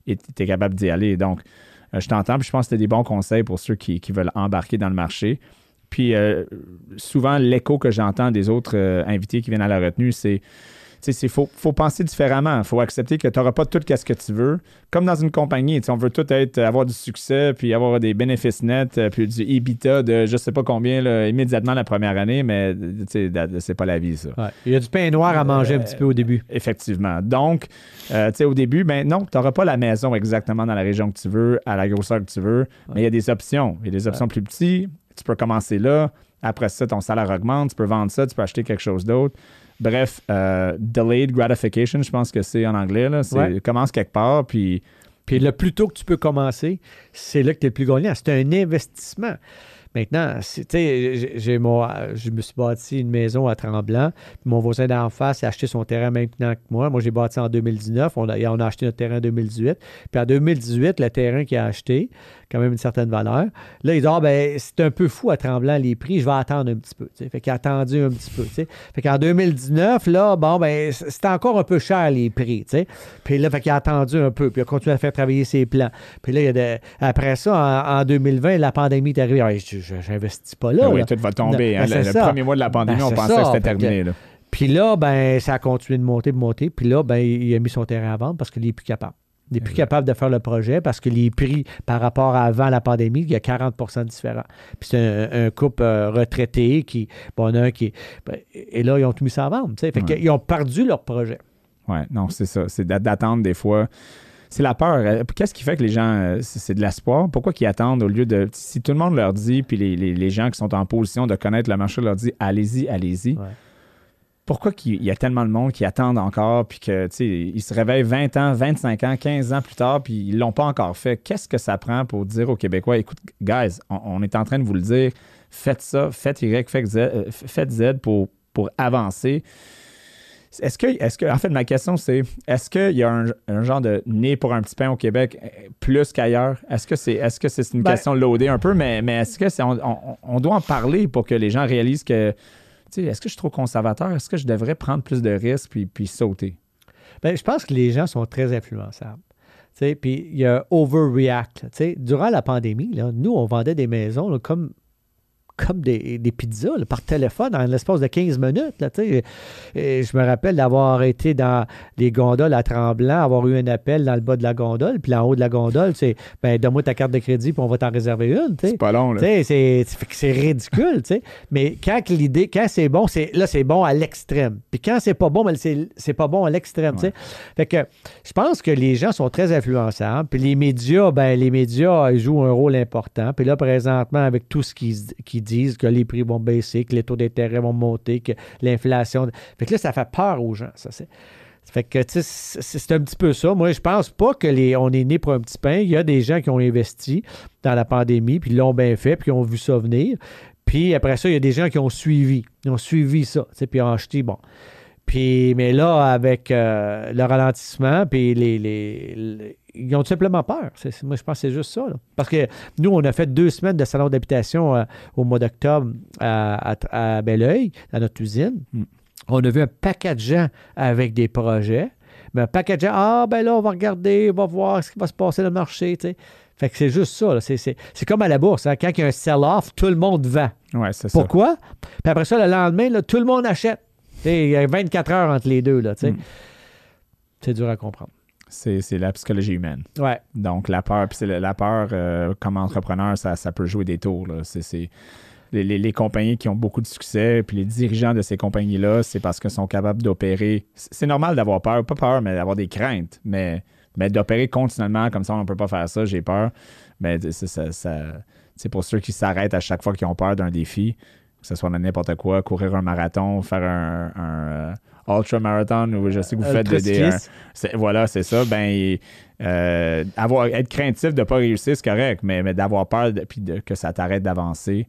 [SPEAKER 1] et tu es capable d'y aller. Donc, euh, je t'entends, puis je pense que c'était des bons conseils pour ceux qui, qui veulent embarquer dans le marché. Puis, euh, souvent, l'écho que j'entends des autres euh, invités qui viennent à la retenue, c'est il faut, faut penser différemment. Il faut accepter que tu n'auras pas tout ce que tu veux. Comme dans une compagnie, on veut tout être, avoir du succès, puis avoir des bénéfices nets, puis du EBITDA de je ne sais pas combien là, immédiatement la première année, mais c'est pas la vie, ça.
[SPEAKER 2] Ouais. Il y a du pain noir à manger euh, un petit peu au début.
[SPEAKER 1] Effectivement. Donc, euh, au début, ben non, tu n'auras pas la maison exactement dans la région que tu veux, à la grosseur que tu veux, ouais. mais il y a des options. Il y a des options ouais. plus petites. Tu peux commencer là. Après ça, ton salaire augmente. Tu peux vendre ça. Tu peux acheter quelque chose d'autre. Bref, euh, delayed gratification, je pense que c'est en anglais. Là. C'est, ouais. Commence quelque part, puis...
[SPEAKER 2] Puis le plus tôt que tu peux commencer, c'est là que tu es le plus gagnant. C'est un investissement. Maintenant, tu sais, j'ai mon, je me suis bâti une maison à Tremblant. Puis mon voisin d'en face a acheté son terrain maintenant que moi. Moi, j'ai bâti en deux mille dix-neuf. On a, on a acheté notre terrain en deux mille dix-huit. Puis en deux mille dix-huit, le terrain qu'il a acheté, quand même une certaine valeur. Là, il dit, ah, ben, c'est un peu fou à Tremblant les prix. Je vais attendre un petit peu. T'sais. Fait qu'il a attendu un petit peu. T'sais. Fait qu'en deux mille dix-neuf, là, bon, ben, c'était encore un peu cher les prix. T'sais. Puis là, fait qu'il a attendu un peu. Puis il a continué à faire travailler ses plans. Puis là, il y a de, après ça, en, en deux mille vingt, la pandémie est arrivée. Ah, je, je, j'investis pas là.
[SPEAKER 1] Oui,
[SPEAKER 2] là.
[SPEAKER 1] tout va tomber. Hein, le, le premier mois de la pandémie, ben, on pensait ça. que c'était terminé.
[SPEAKER 2] Que,
[SPEAKER 1] là.
[SPEAKER 2] Puis là, ben, ça a continué de monter, de monter. Puis là, ben, il a mis son terrain à vendre parce qu'il n'est plus capable. Il n'est plus capable de faire le projet parce que les prix par rapport à avant la pandémie, il y a quarante pour cent de différents. Puis c'est un, un couple euh, retraité qui, bon, on a un qui. Ben, et là, ils ont tout mis ça à vendre. Fait ouais. qu'ils ont perdu leur projet.
[SPEAKER 1] Oui, non, c'est ça. C'est d'attendre des fois. C'est la peur. Qu'est-ce qui fait que les gens, c'est de l'espoir? Pourquoi qu'ils attendent au lieu de... Si tout le monde leur dit, puis les, les, les gens qui sont en position de connaître le marché leur disent « allez-y, allez-y ouais. », pourquoi qu'il y a tellement de monde qui attendent encore, puis que, tu sais, ils se réveillent vingt ans, vingt-cinq ans, quinze ans plus tard, puis ils ne l'ont pas encore fait? Qu'est-ce que ça prend pour dire aux Québécois « écoute, guys, on, on est en train de vous le dire, faites ça, faites Y, faites Z, faites Z pour, pour avancer ». Est-ce que, est-ce que, en fait, ma question, c'est est-ce qu'il y a un, un genre de nez pour un petit pain au Québec plus qu'ailleurs? Est-ce que c'est, est-ce que c'est une ben, question loadée un peu, mais, mais est-ce que c'est, on, on, on doit en parler pour que les gens réalisent que, tu sais, est-ce que je suis trop conservateur? Est-ce que je devrais prendre plus de risques puis, puis sauter?
[SPEAKER 2] Bien, je pense que les gens sont très influençables. Puis il y a overreact. T'sais. Durant la pandémie, là, nous, on vendait des maisons là, comme... comme des, des pizzas là, par téléphone en l'espace de quinze minutes. Là, et je me rappelle d'avoir été dans les gondoles à Tremblant, avoir eu un appel dans le bas de la gondole, puis en haut de la gondole, c'est ben donne-moi ta carte de crédit, puis on va t'en réserver une. T'sais.
[SPEAKER 1] C'est pas long. Là.
[SPEAKER 2] C'est, c'est, c'est ridicule. T'sais. Mais quand l'idée, quand c'est bon, c'est, là, c'est bon à l'extrême. Puis quand c'est pas bon, ben, c'est, c'est pas bon à l'extrême. Ouais. Fait que je pense que les gens sont très influençables. Puis les médias, ben les médias ils jouent un rôle important. Puis là, présentement, avec tout ce qui, qui disent que les prix vont baisser, que les taux d'intérêt vont monter, que l'inflation... Fait que là, ça fait peur aux gens, ça. C'est... Fait que, tu sais, c'est, c'est un petit peu ça. Moi, je pense pas que les, on est né pour un petit pain. Il y a des gens qui ont investi dans la pandémie, puis l'ont bien fait, puis qui ont vu ça venir. Puis après ça, il y a des gens qui ont suivi. Ils ont suivi ça, tu sais, puis ont acheté, bon... Puis, mais là, avec euh, le ralentissement, puis les, les, les, ils ont tout simplement peur. C'est, moi, je pense que c'est juste ça. Là. Parce que nous, on a fait deux semaines de salon d'habitation euh, au mois d'octobre à, à, à Belleuil, à notre usine. Mm. On a vu un paquet de gens avec des projets. Mais un paquet de gens, ah, ben là, on va regarder, on va voir ce qui va se passer dans le marché, tu sais. Fait que c'est juste ça. Là. C'est, c'est, c'est comme à la bourse. Hein. Quand il y a un sell-off, tout le monde vend.
[SPEAKER 1] Ouais, c'est
[SPEAKER 2] Pourquoi?
[SPEAKER 1] ça.
[SPEAKER 2] Puis après ça, le lendemain, là, tout le monde achète. Il y a vingt-quatre heures entre les deux. Là, mm. C'est dur à comprendre.
[SPEAKER 1] C'est, c'est la psychologie humaine.
[SPEAKER 2] Ouais.
[SPEAKER 1] Donc, la peur, puis c'est la, la peur, euh, comme entrepreneur, ça, ça peut jouer des tours. Là. C'est, c'est les, les, les compagnies qui ont beaucoup de succès, puis les dirigeants de ces compagnies-là, c'est parce qu'ils sont capables d'opérer. C'est normal d'avoir peur, pas peur, mais d'avoir des craintes. Mais, mais d'opérer continuellement, comme ça, on ne peut pas faire ça, j'ai peur. Mais c'est, ça, ça, c'est pour ceux qui s'arrêtent à chaque fois qu'ils ont peur d'un défi, que ce soit n'importe quoi, courir un marathon, faire un, un uh, ultra-marathon, ou je sais que vous faites des... des un, c'est, voilà, c'est ça. Ben, euh, avoir, être craintif de ne pas réussir, c'est correct, mais, mais d'avoir peur de, puis de, que ça t'arrête d'avancer,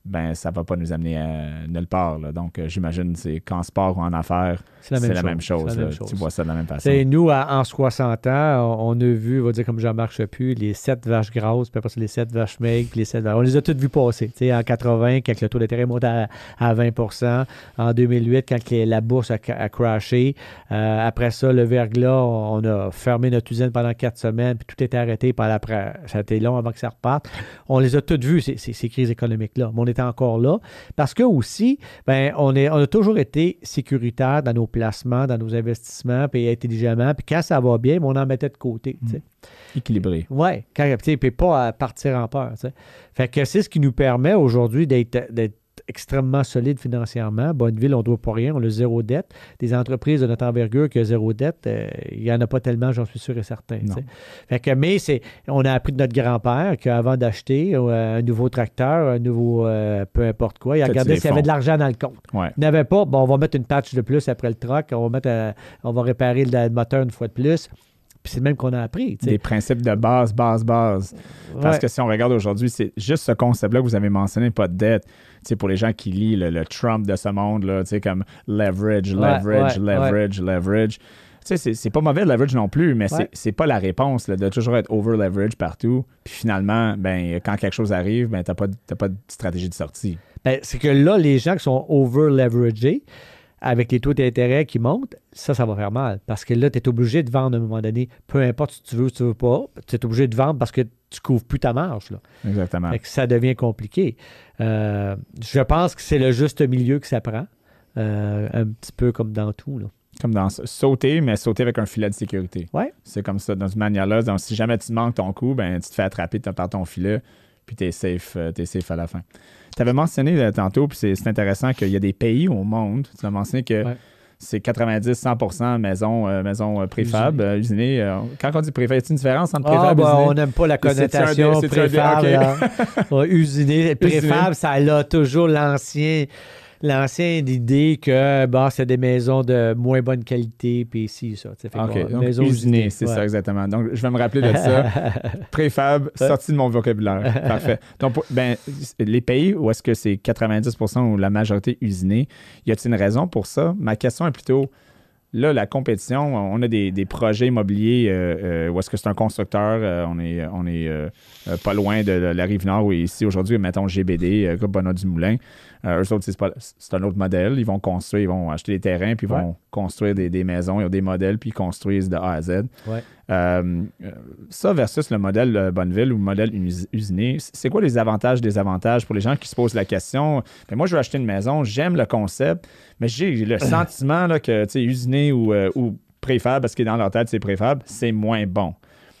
[SPEAKER 1] ben ça ne va pas nous amener à nulle part. Là. Donc, euh, j'imagine que c'est qu'en sport ou en affaires, c'est la même, c'est la même chose. C'est la même chose. Tu vois ça de la même façon.
[SPEAKER 2] T'sais, nous, à, en soixante ans, on, on a vu, on va dire comme Jean-Marc Chaput, les sept vaches grasses, puis après ça, les sept vaches maigres, puis les sept vaches... On les a toutes vues passer. T'sais, en quatre-vingts, quand le taux d'intérêt monte à, à vingt pour cent. En deux mille huit, quand les, la bourse a, a crashé. Euh, après ça, le verglas, on a fermé notre usine pendant quatre semaines, puis tout était arrêté. Puis après, ça a été long avant que ça reparte. On les a toutes vues, ces, ces, ces crises économiques-là. Mais on était encore là. Parce que aussi, ben, on, est, on a toujours été sécuritaire dans nos placements, dans nos investissements, puis intelligemment. Puis quand ça va bien, ben, on en mettait de côté. Mmh.
[SPEAKER 1] Équilibré.
[SPEAKER 2] Oui, puis pas à partir en peur. T'sais. Fait que c'est ce qui nous permet aujourd'hui d'être, d'être extrêmement solide financièrement. Bonneville, on ne doit pas rien, on a zéro dette. Des entreprises de notre envergure qui ont zéro dette, euh, il n'y en a pas tellement, j'en suis sûr et certain. Fait que, mais c'est, on a appris de notre grand-père qu'avant d'acheter euh, un nouveau tracteur, un nouveau euh, peu importe quoi, il a regardé s'il y avait de l'argent dans le compte.
[SPEAKER 1] Ouais.
[SPEAKER 2] Il n'y avait pas, bon, on va mettre une patch de plus après le truck, on va, mettre, euh, on va réparer le, le moteur une fois de plus. Puis c'est le même qu'on a appris. T'sais.
[SPEAKER 1] Des principes de base, base, base. Parce ouais. que si on regarde aujourd'hui, c'est juste ce concept-là que vous avez mentionné, pas de dette. T'sais, pour les gens qui lisent le, le Trump de ce monde, là, comme leverage, leverage, ouais, ouais, leverage, ouais. leverage. C'est, c'est pas mauvais le leverage non plus, mais ouais. c'est, c'est pas la réponse là, de toujours être over-leverage partout. Puis finalement, ben, quand quelque chose arrive, ben, t'as pas, t'as pas de stratégie de sortie.
[SPEAKER 2] Ben, c'est que là, les gens qui sont over-leveragés, avec les taux d'intérêt qui montent, ça, ça va faire mal. Parce que là, tu es obligé de vendre à un moment donné. Peu importe si tu veux ou si tu veux pas, tu es obligé de vendre parce que tu couvres plus ta marge. Là.
[SPEAKER 1] Exactement.
[SPEAKER 2] Fait que ça devient compliqué. Euh, je pense que c'est le juste milieu que ça prend. Euh, un petit peu comme dans tout. Là.
[SPEAKER 1] Comme dans sauter, mais sauter avec un filet de sécurité.
[SPEAKER 2] Ouais.
[SPEAKER 1] C'est comme ça, dans une manière-là. Donc, si jamais tu manques ton coup, ben, tu te fais attraper par ton filet, puis tu es safe, euh, t'es safe à la fin. Tu avais mentionné euh, tantôt, puis c'est, c'est intéressant qu'il y a des pays au monde, tu as mentionné que ouais. c'est quatre-vingt-dix à cent pour cent maison, euh, maison euh, préfab, euh, usinée. Euh, quand on dit préfab, y a-t-il une différence entre préfab et
[SPEAKER 2] ah,
[SPEAKER 1] usiné?
[SPEAKER 2] On n'aime pas la connotation c'est préfab. Okay. ouais, usiné, préfab, ça a toujours l'ancien... L'ancienne idée que bon, c'est des maisons de moins bonne qualité, puis ici, ça. Fait
[SPEAKER 1] OK,
[SPEAKER 2] bon,
[SPEAKER 1] donc
[SPEAKER 2] maison
[SPEAKER 1] usinée, c'est
[SPEAKER 2] ouais.
[SPEAKER 1] ça exactement. Donc, je vais me rappeler de ça. Préfab, sorti de mon vocabulaire. Parfait. Donc, ben, les pays où est-ce que c'est quatre-vingt-dix pour cent ou la majorité usinée, y a-t-il une raison pour ça? Ma question est plutôt... Là, la compétition, on a des, des projets immobiliers euh, euh, où est-ce que c'est un constructeur, euh, on est, on est euh, euh, pas loin de la Rive-Nord, où ici, aujourd'hui, mettons G B D, euh, Groupe Bonnat-du-Moulin. Euh, eux autres, c'est, pas, c'est un autre modèle. Ils vont construire, ils vont acheter des terrains, puis ils vont ouais. construire des, des maisons. Ils ont des modèles, puis ils construisent de A à Z.
[SPEAKER 2] Ouais.
[SPEAKER 1] Euh, ça versus le modèle Bonneville ou le modèle usiné, c'est quoi les avantages, désavantages pour les gens qui se posent la question? Mais moi, je veux acheter une maison, j'aime le concept, mais j'ai le sentiment là, que usiné ou, euh, ou préfab, parce que dans leur tête, c'est préfab, c'est moins bon.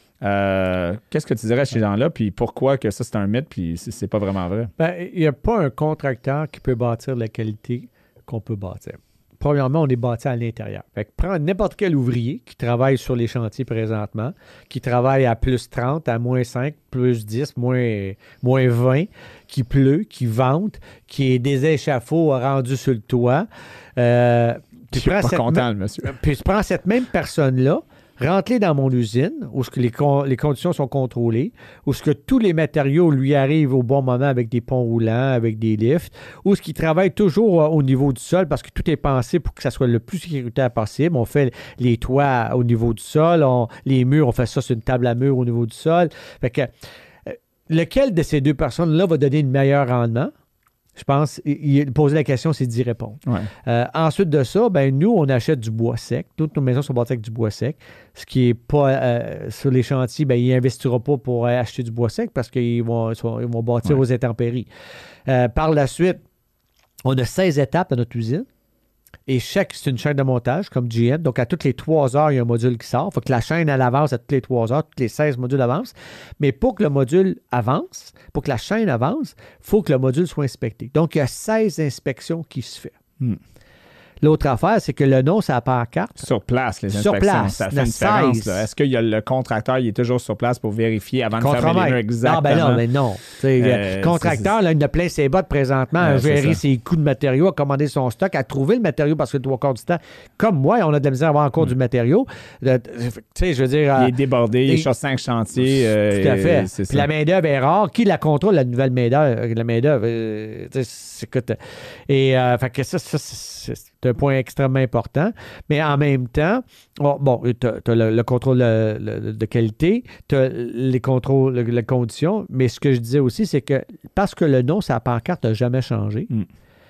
[SPEAKER 1] Euh, qu'est-ce que tu dirais à ces gens-là, puis pourquoi que ça, c'est un mythe, puis c'est, c'est pas vraiment vrai?
[SPEAKER 2] Ben, il n'y a pas un contracteur qui peut bâtir la qualité qu'on peut bâtir. Premièrement, on est bâti à l'intérieur. Fait que prends n'importe quel ouvrier qui travaille sur les chantiers présentement, qui travaille à plus trente, à moins cinq, plus dix, moins, moins vingt, qui pleut, qui vente, qui est des échafauds rendus sur le toit. Euh,
[SPEAKER 1] Je suis pas content, le monsieur.
[SPEAKER 2] Puis tu prends cette même personne-là, rentre-les dans mon usine, où ce que les, con- les conditions sont contrôlées, où ce que tous les matériaux lui arrivent au bon moment avec des ponts roulants, avec des lifts, où ce qui travaille toujours au niveau du sol parce que tout est pensé pour que ça soit le plus sécuritaire possible. On fait les toits au niveau du sol, on, les murs, on fait ça sur une table à mur au niveau du sol. Fait que, euh, lequel de ces deux personnes-là va donner le meilleur rendement? Je pense, il, poser la question, c'est d'y répondre.
[SPEAKER 1] Ouais.
[SPEAKER 2] Euh, ensuite de ça, ben nous, on achète du bois sec. Toutes nos maisons sont bâties avec du bois sec. Ce qui n'est pas euh, sur les chantiers, ben il n'investira pas pour euh, acheter du bois sec parce qu'ils vont, ils vont bâtir ouais. aux intempéries. Euh, par la suite, on a seize étapes dans notre usine. Et chaque, c'est une chaîne de montage, comme G M. Donc, à toutes les trois heures, il y a un module qui sort. Il faut que la chaîne, elle avance à toutes les trois heures. Toutes les seize modules avancent. Mais pour que le module avance, pour que la chaîne avance, il faut que le module soit inspecté. Donc, il y a seize inspections qui se font. Hmm. L'autre affaire, c'est que le nom, ça part carte.
[SPEAKER 1] Sur place, les
[SPEAKER 2] Sur
[SPEAKER 1] inspections,
[SPEAKER 2] place,
[SPEAKER 1] ça fait
[SPEAKER 2] le
[SPEAKER 1] une différence.
[SPEAKER 2] size.
[SPEAKER 1] Là. Est-ce que y a le contracteur, il est toujours sur place pour vérifier avant de fermer les murs exactement?
[SPEAKER 2] Non, ben non, mais non. Euh, le contracteur, là, il a plein ses bottes présentement à
[SPEAKER 1] euh,
[SPEAKER 2] gérer ses coûts de matériaux, à commander son stock, à trouver le matériau parce que trois quarts du temps, comme moi, on a de la misère à avoir encore mm. du matériau. Tu sais, je veux dire...
[SPEAKER 1] Il est débordé, il est sur cinq chantiers. Euh,
[SPEAKER 2] tout à fait.
[SPEAKER 1] C'est
[SPEAKER 2] Puis la main-d'œuvre est rare. Qui la contrôle, la nouvelle main-d'œuvre? La main-d'œuvre, euh, c'est que... Et, euh, fait que ça, ça c'est un point extrêmement important. Mais en même temps, bon, bon tu as le, le contrôle de, de, de qualité, tu as les contrôles, les conditions, mais ce que je disais aussi, c'est que parce que le nom, sa pancarte n'a jamais changé, mm.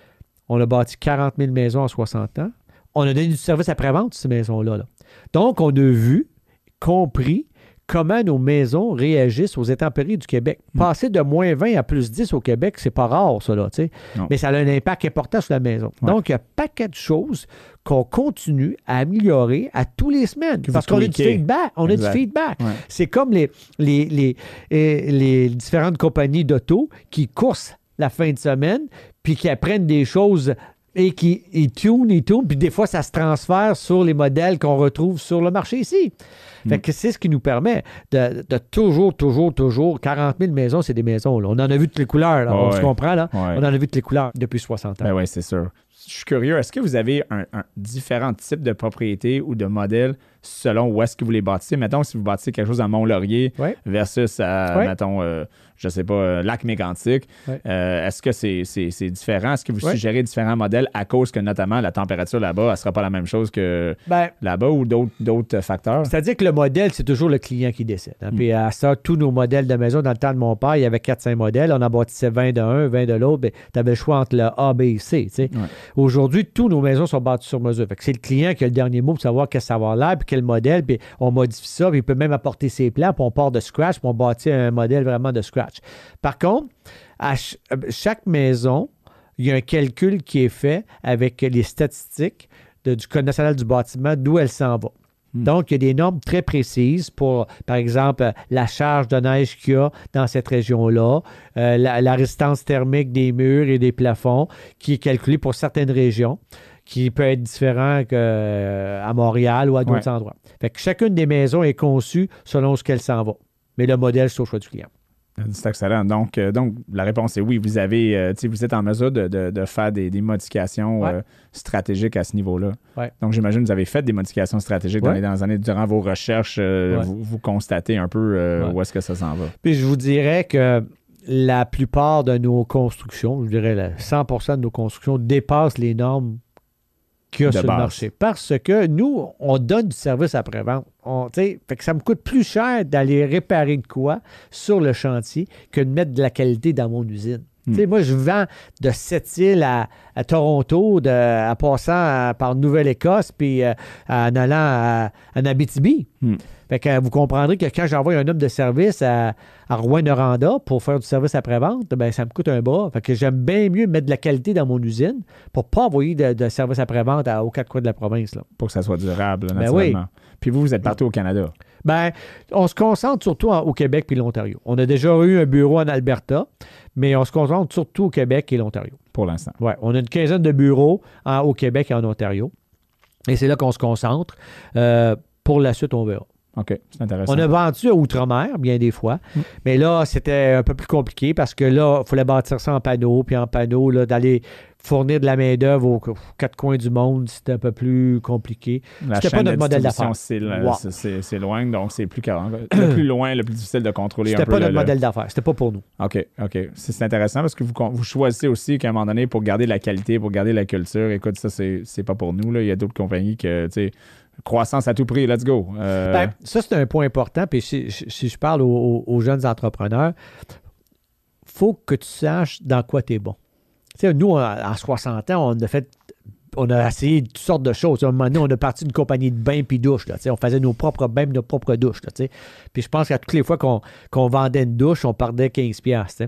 [SPEAKER 2] on a bâti quarante mille maisons en soixante ans, on a donné du service après-vente, ces maisons-là. Là. Donc, on a vu, compris, comment nos maisons réagissent aux intempéries du Québec. Mm. Passer de moins vingt à plus dix au Québec, c'est pas rare, ça, là, tu sais. Mais ça a un impact important sur la maison. Ouais. Donc, il y a un paquet de choses qu'on continue à améliorer à tous les semaines. Que parce qu'on a du feedback. On exact. a du feedback. Ouais. C'est comme les, les, les, les, les différentes compagnies d'auto qui coursent la fin de semaine puis qui apprennent des choses et qui ils tunent, ils tunent, puis des fois, ça se transfère sur les modèles qu'on retrouve sur le marché ici. Fait que c'est ce qui nous permet de, de toujours, toujours, toujours... quarante mille maisons, c'est des maisons. Là. On en a vu toutes les couleurs. Là. Oh, on ouais. se comprend, là? Ouais. On en a vu toutes les couleurs depuis soixante ans.
[SPEAKER 1] Ben oui, c'est sûr. Je suis curieux, est-ce que vous avez un, un différents types de propriétés ou de modèles selon où est-ce que vous les bâtissez? Mettons, si vous bâtissez quelque chose à Mont-Laurier ouais. versus à, ouais. mettons, euh, je sais pas, euh, Lac-Mégantic, ouais. euh, est-ce que c'est, c'est, c'est différent? Est-ce que vous ouais. suggérez différents modèles à cause que, notamment, la température là-bas, elle ne sera pas la même chose que ben, là-bas ou d'autres, d'autres facteurs?
[SPEAKER 2] C'est-à-dire que le modèle, c'est toujours le client qui décide. Hein? Mm. Puis à ça, tous nos modèles de maison, dans le temps de mon père, il y avait quatre cinq modèles. On en bâtissait vingt de un, vingt de l'autre. Tu avais le choix entre le A, B et C. Ouais. Aujourd'hui, tous nos maisons sont bâties sur mesure. Fait que c'est le client qui a le dernier mot pour savoir qu'est-ce que ça va avoir l'air, puis quel modèle, puis on modifie ça, puis il peut même apporter ses plans, puis on part de scratch, puis on bâtit un modèle vraiment de scratch. Par contre, à ch- chaque maison, il y a un calcul qui est fait avec les statistiques de, du Code national du bâtiment, d'où elle s'en va. Hmm. Donc, il y a des normes très précises pour, par exemple, la charge de neige qu'il y a dans cette région-là, euh, la, la résistance thermique des murs et des plafonds, qui est calculée pour certaines régions, qui peut être différent qu'à euh, Montréal ou à d'autres ouais. endroits. Fait que chacune des maisons est conçue selon ce qu'elle s'en va. Mais le modèle, c'est au choix du client.
[SPEAKER 1] C'est excellent. Donc, euh, donc la réponse est oui. Vous avez, euh, vous êtes en mesure de, de, de faire des, des modifications ouais. euh, stratégiques à ce niveau-là. Ouais. Donc, j'imagine que vous avez fait des modifications stratégiques ouais. dans les dernières années. Durant vos recherches, euh, ouais. vous, vous constatez un peu euh, ouais. où est-ce que ça s'en va.
[SPEAKER 2] Puis, je vous dirais que la plupart de nos constructions, je dirais cent pour cent de nos constructions dépassent les normes qu'il y a de sur base. Le marché. Parce que nous, on donne du service après-vente. On, fait que ça me coûte plus cher d'aller réparer de quoi sur le chantier que de mettre de la qualité dans mon usine. Hmm. Moi, je vends de Sept-Îles à, à Toronto, de, à passant à, par Nouvelle-Écosse, puis euh, en allant à, à Abitibi. Hmm. Fait que vous comprendrez que quand j'envoie un homme de service à, à Rouyn-Noranda pour faire du service après-vente, ben ça me coûte un bras. Fait que j'aime bien mieux mettre de la qualité dans mon usine pour ne pas envoyer de, de service après-vente aux quatre coins de la province. Là.
[SPEAKER 1] Pour que ça soit durable, là, naturellement. Ben oui. Puis vous, vous êtes partout au Canada.
[SPEAKER 2] Ben, on se concentre surtout en, au Québec puis l'Ontario. On a déjà eu un bureau en Alberta, mais on se concentre surtout au Québec et l'Ontario.
[SPEAKER 1] Pour l'instant.
[SPEAKER 2] Oui, on a une quinzaine de bureaux en, au Québec et en Ontario. Et c'est là qu'on se concentre. Euh, pour la suite, on verra.
[SPEAKER 1] OK, c'est intéressant.
[SPEAKER 2] On a vendu à Outre-mer, bien des fois, mm. mais là, c'était un peu plus compliqué parce que là, il fallait bâtir ça en panneau, puis en panneau, là, d'aller fournir de la main-d'œuvre aux quatre coins du monde, c'était un peu plus compliqué.
[SPEAKER 1] La
[SPEAKER 2] c'était pas notre modèle d'affaires.
[SPEAKER 1] C'est, wow. c'est, c'est, c'est loin, donc c'est plus le plus loin, le plus difficile de contrôler.
[SPEAKER 2] C'était
[SPEAKER 1] un
[SPEAKER 2] pas
[SPEAKER 1] peu
[SPEAKER 2] notre
[SPEAKER 1] le,
[SPEAKER 2] modèle d'affaires, c'était pas pour nous.
[SPEAKER 1] OK, OK. C'est, c'est intéressant parce que vous, vous choisissez aussi qu'à un moment donné, pour garder la qualité, pour garder la culture, écoute, ça, c'est, c'est pas pour nous. Là. Il y a d'autres compagnies que, tu sais, croissance à tout prix, let's go. Euh...
[SPEAKER 2] Ben, ça, c'est un point important. Puis si, si je parle aux, aux jeunes entrepreneurs, il faut que tu saches dans quoi tu es bon. Tu sais, nous, en soixante ans, on a fait, on a essayé toutes sortes de choses. À un moment donné, on a parti d'une compagnie de bains puis douches. Là, on faisait nos propres bains, nos propres douches. Là, puis je pense qu'à toutes les fois qu'on, qu'on vendait une douche, on perdait quinze piastres.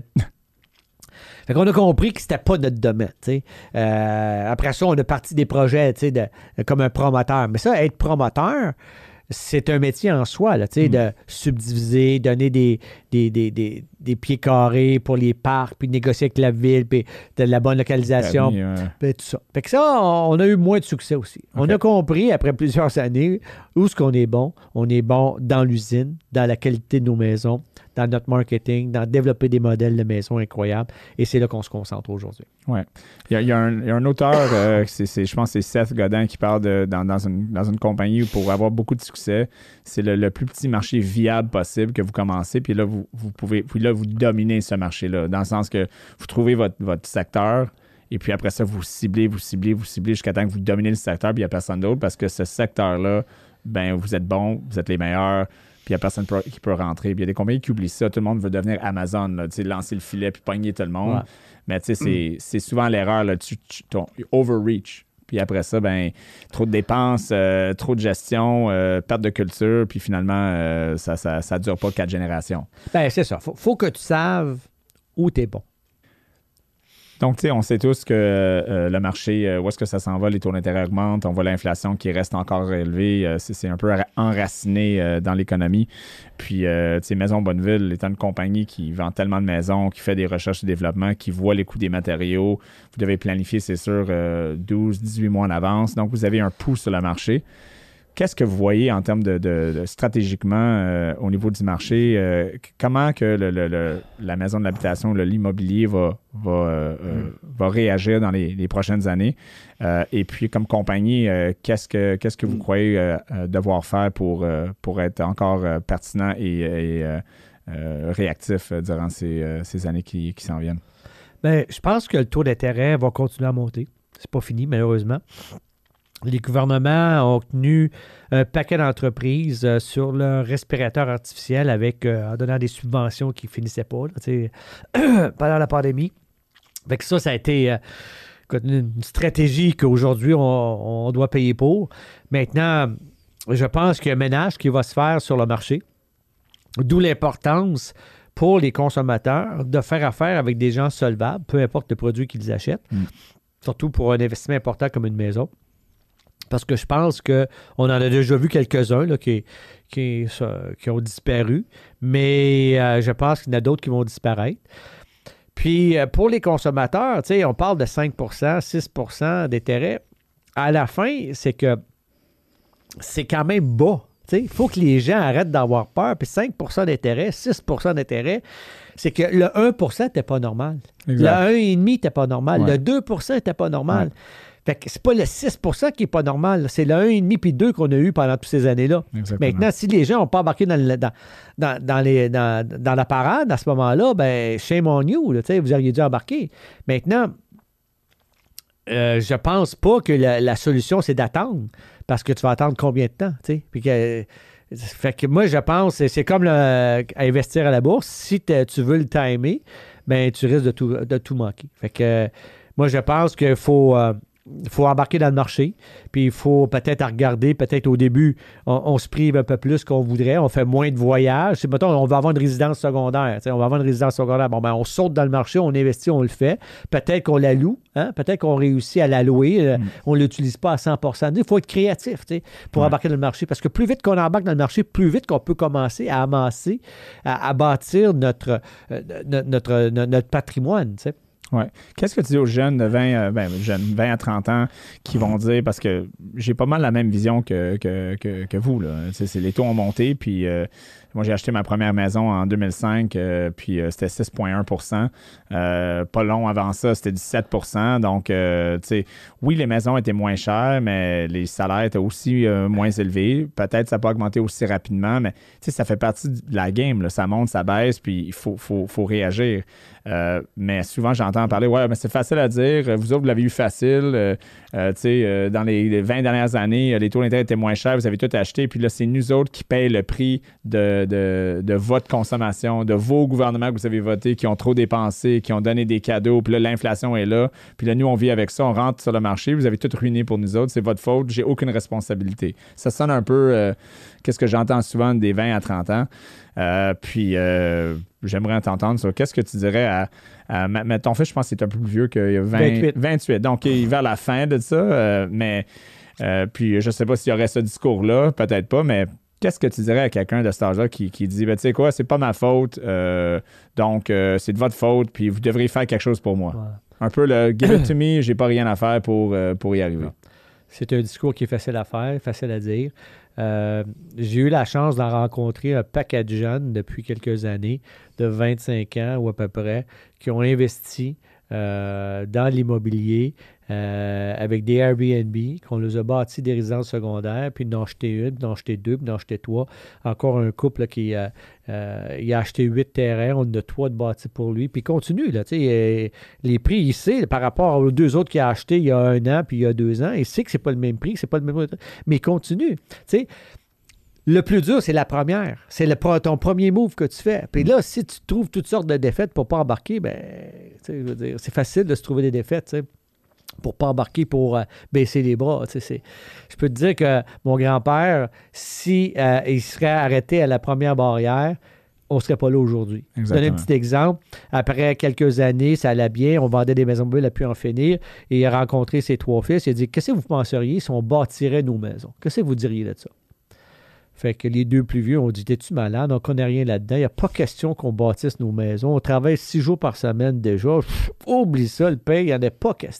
[SPEAKER 2] Fait qu'on a compris que c'était pas notre domaine. Euh, après ça, on a parti des projets de, de, comme un promoteur. Mais ça, être promoteur, c'est un métier en soi, là, mm. de subdiviser, donner des, des, des, des, des pieds carrés pour les parcs, puis négocier avec la ville, puis de la bonne localisation,
[SPEAKER 1] Permis, ouais.
[SPEAKER 2] puis tout ça. Fait que ça, on a eu moins de succès aussi. Okay. On a compris, après plusieurs années, où est-ce qu'on est bon. On est bon dans l'usine, dans la qualité de nos maisons, dans notre marketing, dans développer des modèles de maisons incroyables. Et c'est là qu'on se concentre aujourd'hui.
[SPEAKER 1] Oui. Il y a, il y a, un, il y a un auteur, euh, c'est, c'est, je pense que c'est Seth Godin, qui parle de, dans, dans, une, dans une compagnie où pour avoir beaucoup de succès, c'est le, le plus petit marché viable possible que vous commencez. Puis là, vous, vous pouvez, puis là, vous dominez ce marché-là, dans le sens que vous trouvez votre, votre secteur. Et puis après ça, vous ciblez, vous ciblez, vous ciblez jusqu'à temps que vous dominez le secteur, puis il n'y a personne d'autre parce que ce secteur-là, ben vous êtes bon, vous êtes les meilleurs. Puis il n'y a personne qui peut rentrer. Puis il y a des compagnies qui oublient ça. Tout le monde veut devenir Amazon, là, lancer le filet puis pogner tout le monde. Ouais. Mais tu sais, c'est, c'est souvent l'erreur, là, tu, tu ton overreach. Puis après ça, ben trop de dépenses, euh, trop de gestion, euh, perte de culture, puis finalement, euh, ça ne ça, ça dure pas quatre générations.
[SPEAKER 2] Ben c'est ça. Faut, faut que tu saves où tu es bon.
[SPEAKER 1] Donc, tu sais, on sait tous que euh, le marché, euh, où est-ce que ça s'en va, les taux d'intérêt augmentent, on voit l'inflation qui reste encore élevée, euh, c'est, c'est un peu enraciné euh, dans l'économie. Puis, euh, tu sais, Maison Bonneville étant une compagnie qui vend tellement de maisons, qui fait des recherches et développement, qui voit les coûts des matériaux, vous devez planifier, c'est sûr, euh, douze, dix-huit mois en avance. Donc, vous avez un pouls sur le marché. Qu'est-ce que vous voyez en termes de, de, de stratégiquement euh, au niveau du marché? Euh, comment que le, le, le, la maison de l'habitation, le, l'immobilier va, va, euh, mm. va réagir dans les, les prochaines années? Euh, et puis, comme compagnie, euh, qu'est-ce que, qu'est-ce que vous mm. croyez euh, devoir faire pour, euh, pour être encore euh, pertinent et, et euh, euh, réactif durant ces, euh, ces années qui, qui s'en viennent?
[SPEAKER 2] Bien, je pense que le taux d'intérêt va continuer à monter. C'est pas fini, malheureusement. Les gouvernements ont tenu un paquet d'entreprises euh, sur leur respirateur artificiel avec, euh, en donnant des subventions qui ne finissaient pas là, pendant la pandémie. Fait que ça, ça a été euh, une stratégie qu'aujourd'hui, on, on doit payer pour. Maintenant, je pense qu'il y a un ménage qui va se faire sur le marché, d'où l'importance pour les consommateurs de faire affaire avec des gens solvables, peu importe le produit qu'ils achètent, mm. surtout pour un investissement important comme une maison. Parce que je pense qu'on en a déjà vu quelques-uns là, qui, qui, qui ont disparu, mais euh, je pense qu'il y en a d'autres qui vont disparaître. Puis, euh, pour les consommateurs, tu sais, on parle de cinq pour cent, six pour cent d'intérêt. À la fin, c'est que c'est quand même bas. Il faut que les gens arrêtent d'avoir peur. Puis cinq pour cent d'intérêt, six pour cent d'intérêt, c'est que le un pour cent n'était pas normal. Exact. Le un virgule cinq n'était pas normal. Ouais. Le deux pour cent n'était pas normal. Ouais. Fait que c'est pas le six pour cent qui n'est pas normal. C'est le un virgule cinq puis deux qu'on a eu pendant toutes ces années-là. Exactement. Maintenant, si les gens n'ont pas embarqué dans, le, dans, dans, dans, les, dans, dans la parade à ce moment-là, ben shame on you. Là, vous auriez dû embarquer. Maintenant, euh, je pense pas que la, la solution, c'est d'attendre. Parce que tu vas attendre combien de temps? Puis que, fait que moi, je pense c'est, c'est comme le, à investir à la bourse. Si tu veux le timer, ben tu risques de tout, de tout manquer. Fait que moi, je pense qu'il faut... Euh, Il faut embarquer dans le marché, puis il faut peut-être regarder, peut-être au début, on, on se prive un peu plus qu'on voudrait, on fait moins de voyages. C'est, mettons, on va avoir une résidence secondaire, on va avoir une résidence secondaire, bon, ben, on saute dans le marché, on investit, on le fait. Peut-être qu'on la loue, hein? Peut-être qu'on réussit à la louer, mm. on ne l'utilise pas à cent pour cent. Il faut être créatif pour ouais. embarquer dans le marché, parce que plus vite qu'on embarque dans le marché, plus vite qu'on peut commencer à amasser, à, à bâtir notre, euh, notre, notre, notre patrimoine, tu sais.
[SPEAKER 1] Oui. Qu'est-ce que tu dis aux jeunes de vingt, euh, ben, jeunes, vingt à trente ans qui vont dire, parce que j'ai pas mal la même vision que, que, que, que vous, là. C'est, c'est, les taux ont monté, puis euh, moi, j'ai acheté ma première maison en deux mille cinq, euh, puis euh, c'était six virgule un pour cent. Euh, pas long avant ça, c'était dix-sept pour cent. Donc, euh, tu sais, oui, les maisons étaient moins chères, mais les salaires étaient aussi euh, moins élevés. Peut-être que ça n'a pas augmenté aussi rapidement, mais tu sais, ça fait partie de la game, là. Ça monte, ça baisse, puis il faut, faut, faut réagir. Euh, mais souvent, j'entends parler, ouais, mais c'est facile à dire. Vous autres, vous l'avez eu facile. Euh, euh, tu sais, euh, dans les vingt dernières années, les taux d'intérêt étaient moins chers, vous avez tout acheté. Puis là, c'est nous autres qui payent le prix de, de, de votre consommation, de vos gouvernements que vous avez votés, qui ont trop dépensé, qui ont donné des cadeaux. Puis là, l'inflation est là. Puis là, nous, on vit avec ça, on rentre sur le marché. Vous avez tout ruiné pour nous autres. C'est votre faute. J'ai aucune responsabilité. Ça sonne un peu, euh, qu'est-ce que j'entends souvent des vingt à trente ans. Euh, puis, euh, j'aimerais t'entendre sur qu'est-ce que tu dirais à, à, à ton fils, je pense que c'est un peu plus vieux que vingt, vingt-huit. vingt-huit. Donc, il est vers la fin de ça. Euh, mais, euh, puis, je ne sais pas s'il y aurait ce discours-là, peut-être pas, mais qu'est-ce que tu dirais à quelqu'un de cet âge-là qui, qui dit, ben, tu sais quoi, c'est pas ma faute, euh, donc euh, c'est de votre faute, puis vous devriez faire quelque chose pour moi. Ouais. Un peu le « give it to me, j'ai pas rien à faire pour, euh, pour y arriver ».
[SPEAKER 2] C'est un discours qui est facile à faire, facile à dire. Euh, j'ai eu la chance d'en rencontrer un paquet de jeunes depuis quelques années, de vingt-cinq ans ou à peu près, qui ont investi euh, dans l'immobilier euh, avec des Airbnb, qu'on les a bâtis des résidences secondaires, puis ils en ont acheté une, puis ils en ont acheté deux, puis ils en ont acheté trois. Encore un couple là, qui euh, euh, il a acheté huit terrains, on en a trois de bâtis pour lui, puis il continue. Là, euh, les prix, il sait, par rapport aux deux autres qu'il a achetés il y a un an, puis il y a deux ans, il sait que c'est pas le même prix, que c'est pas le même prix, mais il continue. T'sais, le plus dur, c'est la première. C'est le, ton premier move que tu fais. Puis là, si tu trouves toutes sortes de défaites pour ne pas embarquer, ben, je veux dire, c'est facile de se trouver des défaites, tu sais, pour ne pas embarquer, pour euh, baisser les bras. Tu sais, c'est... Je peux te dire que mon grand-père, si euh, il serait arrêté à la première barrière, on ne serait pas là aujourd'hui. Je vais donner un petit exemple. Après quelques années, ça allait bien, on vendait des maisons mobiles à pu en finir, et il a rencontré ses trois fils, il a dit « Qu'est-ce que vous penseriez si on bâtirait nos maisons? Qu'est-ce que vous diriez de ça? » Fait que les deux plus vieux ont dit « T'es-tu malade? On ne connaît rien là-dedans. Il n'y a pas question qu'on bâtisse nos maisons. On travaille six jours par semaine déjà. Pff, oublie ça, le paye, il n'y en a pas question. »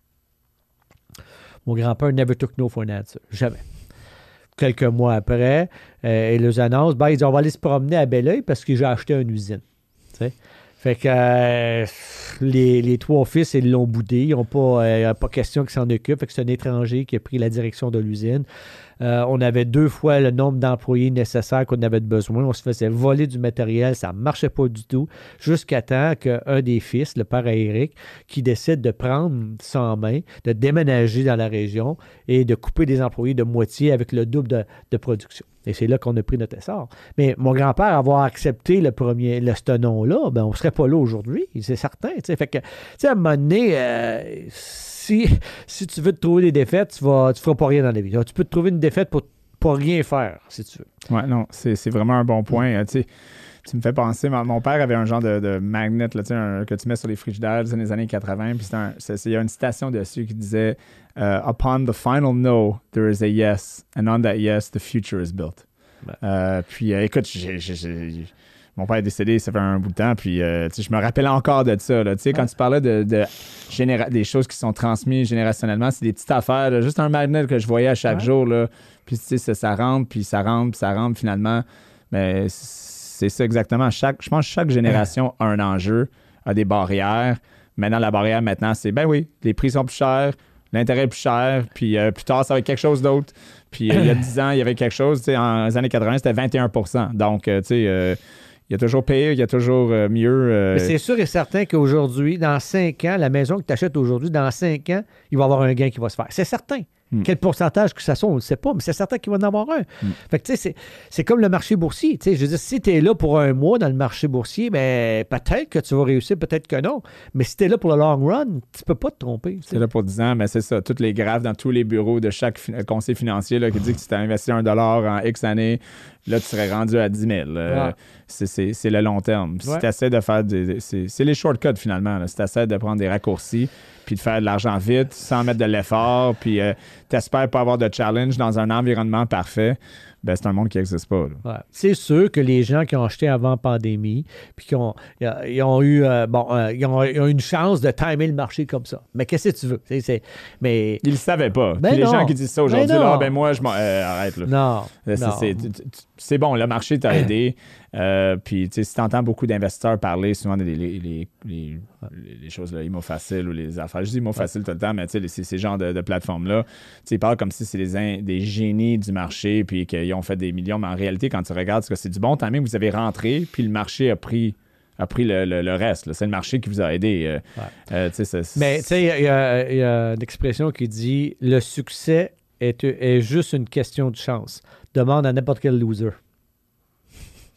[SPEAKER 2] Mon grand-père never took no for an answer. Jamais. Quelques mois après, euh, il nous annonce ben, ils disent, on va aller se promener à Belleuil parce que j'ai acheté une usine. T'sais? Fait que euh, les, les trois fils, ils l'ont boudé. Ils n'ont pas, euh, pas question qu'ils s'en occupent. Fait que c'est un étranger qui a pris la direction de l'usine. Euh, on avait deux fois le nombre d'employés nécessaires qu'on avait besoin. On se faisait voler du matériel. Ça ne marchait pas du tout. Jusqu'à temps qu'un des fils, le père à Eric, qui décide de prendre ça en main, de déménager dans la région et de couper des employés de moitié avec le double de, de production. Et c'est là qu'on a pris notre essor. Mais mon grand-père, avoir accepté le premier, le, ce nom-là, ben, on ne serait pas là aujourd'hui, c'est certain. T'sais. Fait que, à un moment donné, euh, si, si tu veux te trouver des défaites, tu ne tu feras pas rien dans la vie. Tu peux te trouver une défaite pour pas rien faire, si tu veux.
[SPEAKER 1] Oui, non, c'est, c'est vraiment un bon point. Tu sais, tu me fais penser, mon, mon père avait un genre de, de magnet là, un, que tu mets sur les frigidaires dans les années quatre-vingts, puis il y a une citation dessus qui disait uh, « Upon the final no, there is a yes, and on that yes, the future is built. Ouais. » euh, Puis euh, écoute, j'ai, j'ai, j'ai, mon père est décédé, ça fait un bout de temps, puis euh, je me rappelle encore de ça. Là, ouais. Quand tu parlais de, de généra- des choses qui sont transmises générationnellement, c'est des petites affaires, là, juste un magnet que je voyais à chaque ouais. jour, là, puis ça, ça rentre, puis ça rentre, puis ça rentre finalement. Mais c'est ça exactement. Chaque, je pense que chaque génération a un enjeu, a des barrières. Maintenant, la barrière, maintenant, c'est, ben oui, les prix sont plus chers, l'intérêt est plus cher, puis euh, plus tard, ça va être quelque chose d'autre. Puis euh, il y a dix ans, il y avait quelque chose, tu sais, en les années quatre-vingts, c'était vingt et un pour cent. Donc, euh, tu sais, euh, il y a toujours pire, il y a toujours euh, mieux. Euh...
[SPEAKER 2] Mais c'est sûr et certain qu'aujourd'hui, dans cinq ans, la maison que tu achètes aujourd'hui, dans cinq ans, il va y avoir un gain qui va se faire. C'est certain. Mm. Quel pourcentage que ça soit, on ne sait pas, mais c'est certain qu'il va en avoir un. Mm. Fait que, tu sais, c'est, c'est comme le marché boursier. Tu sais, je veux dire, si tu es là pour un mois dans le marché boursier, ben, peut-être que tu vas réussir, peut-être que non. Mais si tu es là pour le long run, tu peux pas te tromper.
[SPEAKER 1] Tu es là pour dix ans, mais c'est ça. Toutes les graphes dans tous les bureaux de chaque fin- conseil financier là, qui dit que si tu as investi un dollar en X années, là, tu serais rendu à dix mille. Euh, ouais. c'est, c'est, c'est le long terme. Si ouais. tu essaies de faire des. C'est, c'est les shortcuts finalement. Là. Si tu essaies de prendre des raccourcis, puis de faire de l'argent vite, sans mettre de l'effort, puis euh, t'espères pas avoir de challenge dans un environnement parfait, ben c'est un monde qui n'existe pas.
[SPEAKER 2] Ouais. C'est sûr que les gens qui ont acheté avant pandémie, puis qui ont, ils ont eu euh, bon, euh, ils, ont, ils ont une chance de timer le marché comme ça. Mais qu'est-ce que tu veux? C'est, c'est, mais...
[SPEAKER 1] Ils le savaient pas. Ben puis les gens qui disent ça aujourd'hui, ben là, ben moi, je m'en... Euh, arrête, là.
[SPEAKER 2] Non,
[SPEAKER 1] c'est,
[SPEAKER 2] non.
[SPEAKER 1] C'est, c'est, c'est bon, le marché t'a aidé. Euh, puis, tu sais, si tu entends beaucoup d'investisseurs parler souvent des les, les, les, les choses, là, Imo Facile ou les affaires, je dis Imo Facile tout le temps, mais tu sais, c'est ces genres de, de plateformes-là. Tu sais, ils parlent comme si c'est des, in, des génies du marché, puis qu'ils ont fait des millions, mais en réalité, quand tu regardes, c'est, que c'est du bon timing, vous avez rentré, puis le marché a pris. a pris le, le, le reste. Là. C'est le marché qui vous a aidé. Euh,
[SPEAKER 2] ouais.
[SPEAKER 1] euh, c'est, c'est...
[SPEAKER 2] Mais tu sais, il y, y, y a une expression qui dit « Le succès est, est juste une question de chance. Demande à n'importe quel loser. »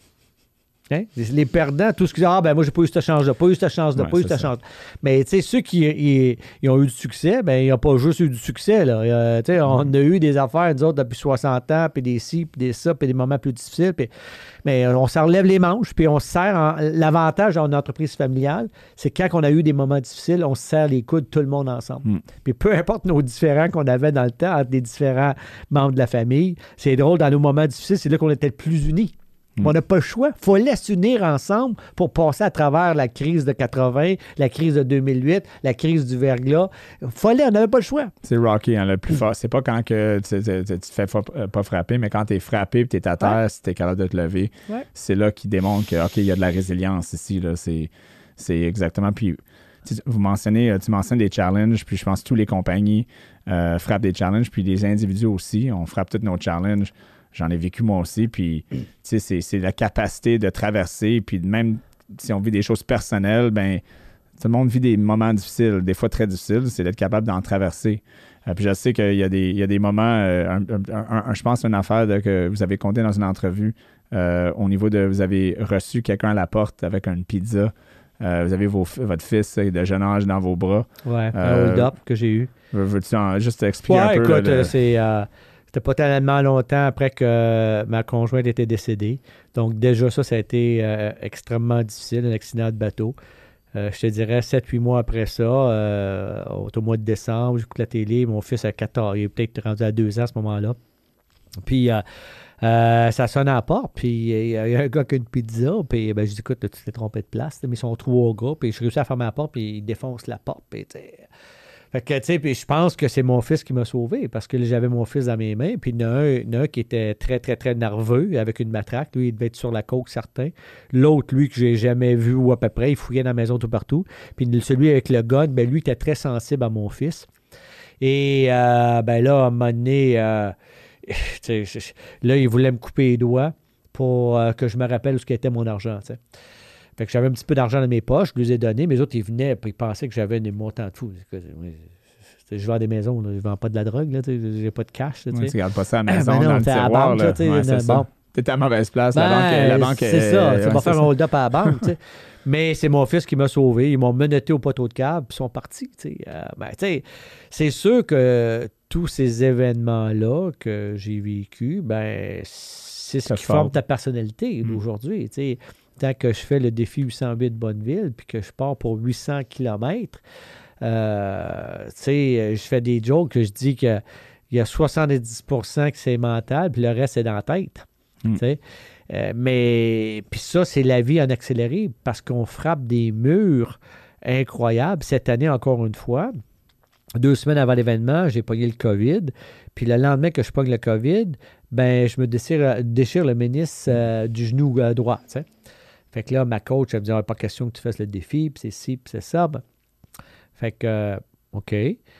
[SPEAKER 2] Hein? Les perdants, tout ce qu'ils disent, ah ben moi j'ai pas eu cette chance-là, pas eu cette chance-là,
[SPEAKER 1] Ouais,
[SPEAKER 2] pas eu cette chance. Mais tu sais, ceux qui ils, ils ont eu du succès, ben ils n'ont pas juste eu du succès. Là. Euh, tu sais, on a eu des affaires, nous autres, depuis soixante ans, puis des ci, puis des ça, puis des moments plus difficiles. Puis, mais on s'en relève les manches, puis on se serre. En, l'avantage dans une entreprise familiale, c'est que quand on a eu des moments difficiles, on se serre les coudes tout le monde ensemble. Mm. Puis peu importe nos différends qu'on avait dans le temps entre les différents membres de la famille, c'est drôle, dans nos moments difficiles, c'est là qu'on était le plus unis. On n'a pas le choix. Il fallait s'unir ensemble pour passer à travers la crise de quatre-vingts, la crise de deux mille huit, la crise du verglas. Fallait, on n'avait pas le choix.
[SPEAKER 1] C'est Rocky, hein, le plus fort. C'est pas quand que tu, tu, tu te fais pas frapper, mais quand tu es frappé et tu es à terre, ouais. si tu es capable de te lever, ouais. c'est là qu'il démontre que, OK, il y a de la résilience ici. Là. C'est, c'est exactement. Puis, tu, vous mentionnez, tu mentionnes des challenges, puis je pense que toutes les compagnies euh, frappent des challenges, puis les individus aussi. On frappe tous nos challenges. J'en ai vécu moi aussi, puis tu sais, c'est, c'est la capacité de traverser, puis même si on vit des choses personnelles, ben tout le monde vit des moments difficiles, des fois très difficiles, c'est d'être capable d'en traverser. Euh, puis je sais qu'il y a des, il y a des moments, euh, un, un, un, je pense une affaire de, que vous avez compté dans une entrevue, euh, au niveau de, vous avez reçu quelqu'un à la porte avec une pizza, euh, vous avez vos, votre fils de jeune âge dans vos bras.
[SPEAKER 2] Ouais, euh, un hold-up que j'ai eu.
[SPEAKER 1] Veux-tu en, juste expliquer
[SPEAKER 2] ouais,
[SPEAKER 1] un peu?
[SPEAKER 2] Écoute,
[SPEAKER 1] le...
[SPEAKER 2] c'est... Euh... C'était pas tellement longtemps après que ma conjointe était décédée. Donc, déjà, ça, ça a été euh, extrêmement difficile, un accident de bateau. Euh, je te dirais, sept huit mois après ça, euh, au mois de décembre, j'écoute la télé, mon fils a quatorze, il est peut-être rendu à deux ans à ce moment-là. Puis, euh, euh, ça sonne à la porte, puis il y a un gars qui a une pizza, puis ben, je dis, écoute, tu t'es trompé de place, mais ils sont trois gars, puis je réussis à fermer la porte, puis il défonce la porte, puis tu sais... Fait que, tu sais, puis je pense que c'est mon fils qui m'a sauvé parce que j'avais mon fils dans mes mains. Puis il y en a un, il y en a un qui était très, très, très nerveux avec une matraque. Lui, il devait être sur la coke, certain. L'autre, lui, que j'ai jamais vu ou à peu près, il fouillait dans la maison tout partout. Puis celui avec le gun, ben lui, était très sensible à mon fils. Et, euh, ben là, à un moment donné, euh, là, il voulait me couper les doigts pour euh, que je me rappelle où ce qu'était mon argent, tu sais. Fait que j'avais un petit peu d'argent dans mes poches, je lui ai donné, mais les autres, ils venaient et ils pensaient que j'avais des montants de fou. Je vends des maisons, là. Je ne vends pas de la drogue, là, j'ai pas de cash. Là,
[SPEAKER 1] ouais, tu ne gardes pas ça à la maison,
[SPEAKER 2] ah, ben non,
[SPEAKER 1] dans le tiroir.
[SPEAKER 2] Banque, là, ouais, c'est bon.
[SPEAKER 1] Tu étais à mauvaise place,
[SPEAKER 2] ben,
[SPEAKER 1] la banque, la banque
[SPEAKER 2] c'est
[SPEAKER 1] est,
[SPEAKER 2] ça,
[SPEAKER 1] ouais,
[SPEAKER 2] tu vas faire
[SPEAKER 1] ça.
[SPEAKER 2] un hold-up à la banque. Mais c'est mon fils qui m'a sauvé. Ils m'ont menotté au poteau de câble puis ils sont partis. Euh, ben, c'est sûr que tous ces événements-là que j'ai vécus, ben, c'est ce qui fort. forme ta personnalité mmh. d'aujourd'hui. T'sais. Tant que je fais le défi huit cent huit de Bonneville, puis que je pars pour huit cents kilomètres, euh, tu sais, je fais des jokes que je dis qu'il y a soixante-dix pour cent que c'est mental, puis le reste, c'est dans la tête. Mm. Tu sais. Euh, mais, puis ça, c'est la vie en accéléré, parce qu'on frappe des murs incroyables. Cette année, encore une fois, deux semaines avant l'événement, j'ai pogné le COVID, puis le lendemain que je pogne le COVID, ben je me déchire, déchire le ménisque euh, du genou euh, droit, tu sais. Fait que là, ma coach, elle me dit, ah, pas question que tu fasses le défi, puis c'est ci, puis c'est ça. Ben. Fait que, euh, OK.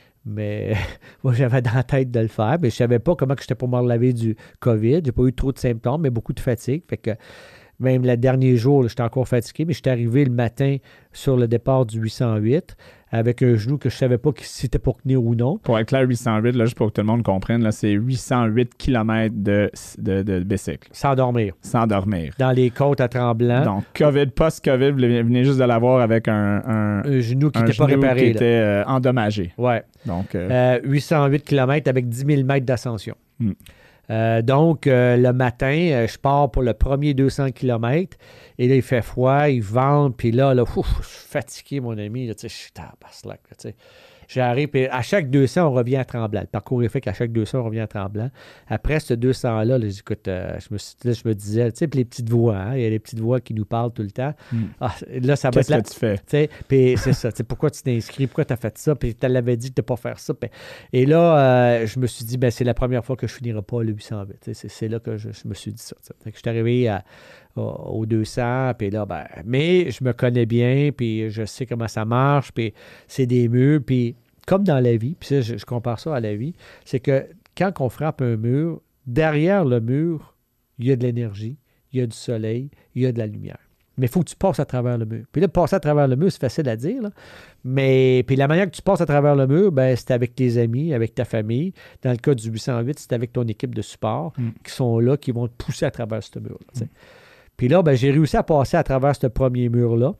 [SPEAKER 2] Mais moi, j'avais dans la tête de le faire. Mais je savais pas comment que j'étais pour me relaver du COVID. J'ai pas eu trop de symptômes, mais beaucoup de fatigue. Fait que même le dernier jour, là, j'étais encore fatigué, mais j'étais arrivé le matin sur le départ du huit cent huit avec un genou que je savais pas si c'était pour tenir ou non.
[SPEAKER 1] Pour être clair, huit cent huit, là, juste pour que tout le monde comprenne, là, c'est huit cent huit kilomètres de, de, de bicycle.
[SPEAKER 2] Sans dormir.
[SPEAKER 1] Sans dormir.
[SPEAKER 2] Dans les côtes à Tremblant.
[SPEAKER 1] Donc, COVID, post-COVID, vous venez juste de l'avoir avec un... Un,
[SPEAKER 2] un genou qui n'était pas réparé.
[SPEAKER 1] qui était euh, endommagé.
[SPEAKER 2] Ouais.
[SPEAKER 1] Donc, euh...
[SPEAKER 2] Euh, huit cent huit kilomètres avec dix mille mètres d'ascension.
[SPEAKER 1] Hmm.
[SPEAKER 2] Euh, donc, euh, le matin, euh, je pars pour le premier deux cents kilomètres. Et là, il fait froid, il vente. Puis là, là ouf, je suis fatigué, mon ami. Là, je suis tabaslac. J'arrive, puis à chaque deux cents, on revient à Tremblant. Le parcours est fait qu'à chaque deux cents, on revient à Tremblant. Après ce deux cents-là, là, écoute, euh, je, me suis, là, je me disais, tu sais, puis les petites voix, hein, il y a les petites voix qui nous parlent tout le temps. Mm. Ah, là, ça va
[SPEAKER 1] Qu'est-ce
[SPEAKER 2] être
[SPEAKER 1] que tu fais?
[SPEAKER 2] Tu sais, puis c'est ça. Pourquoi tu t'es inscrit? Pourquoi tu as fait ça? Puis tu l'avais dit de ne pas faire ça. Pis, et là, euh, je me suis dit, ben c'est la première fois que je ne finirai pas le huit cent huit. C'est, c'est là que je, je me suis dit ça. Fait que je suis arrivé à, à, au deux cents, puis là, ben, mais je me connais bien, puis je sais comment ça marche, puis c'est des murs, puis comme dans la vie, puis ça, je, je compare ça à la vie, c'est que quand on frappe un mur, derrière le mur, il y a de l'énergie, il y a du soleil, il y a de la lumière. Mais il faut que tu passes à travers le mur. Puis là, passer à travers le mur, c'est facile à dire, là. Mais puis la manière que tu passes à travers le mur, ben, c'est avec tes amis, avec ta famille. Dans le cas du huit cent huit, c'est avec ton équipe de support mm. qui sont là, qui vont te pousser à travers ce mur-là. Mm. Puis là, ben, j'ai réussi à passer à travers ce premier mur-là.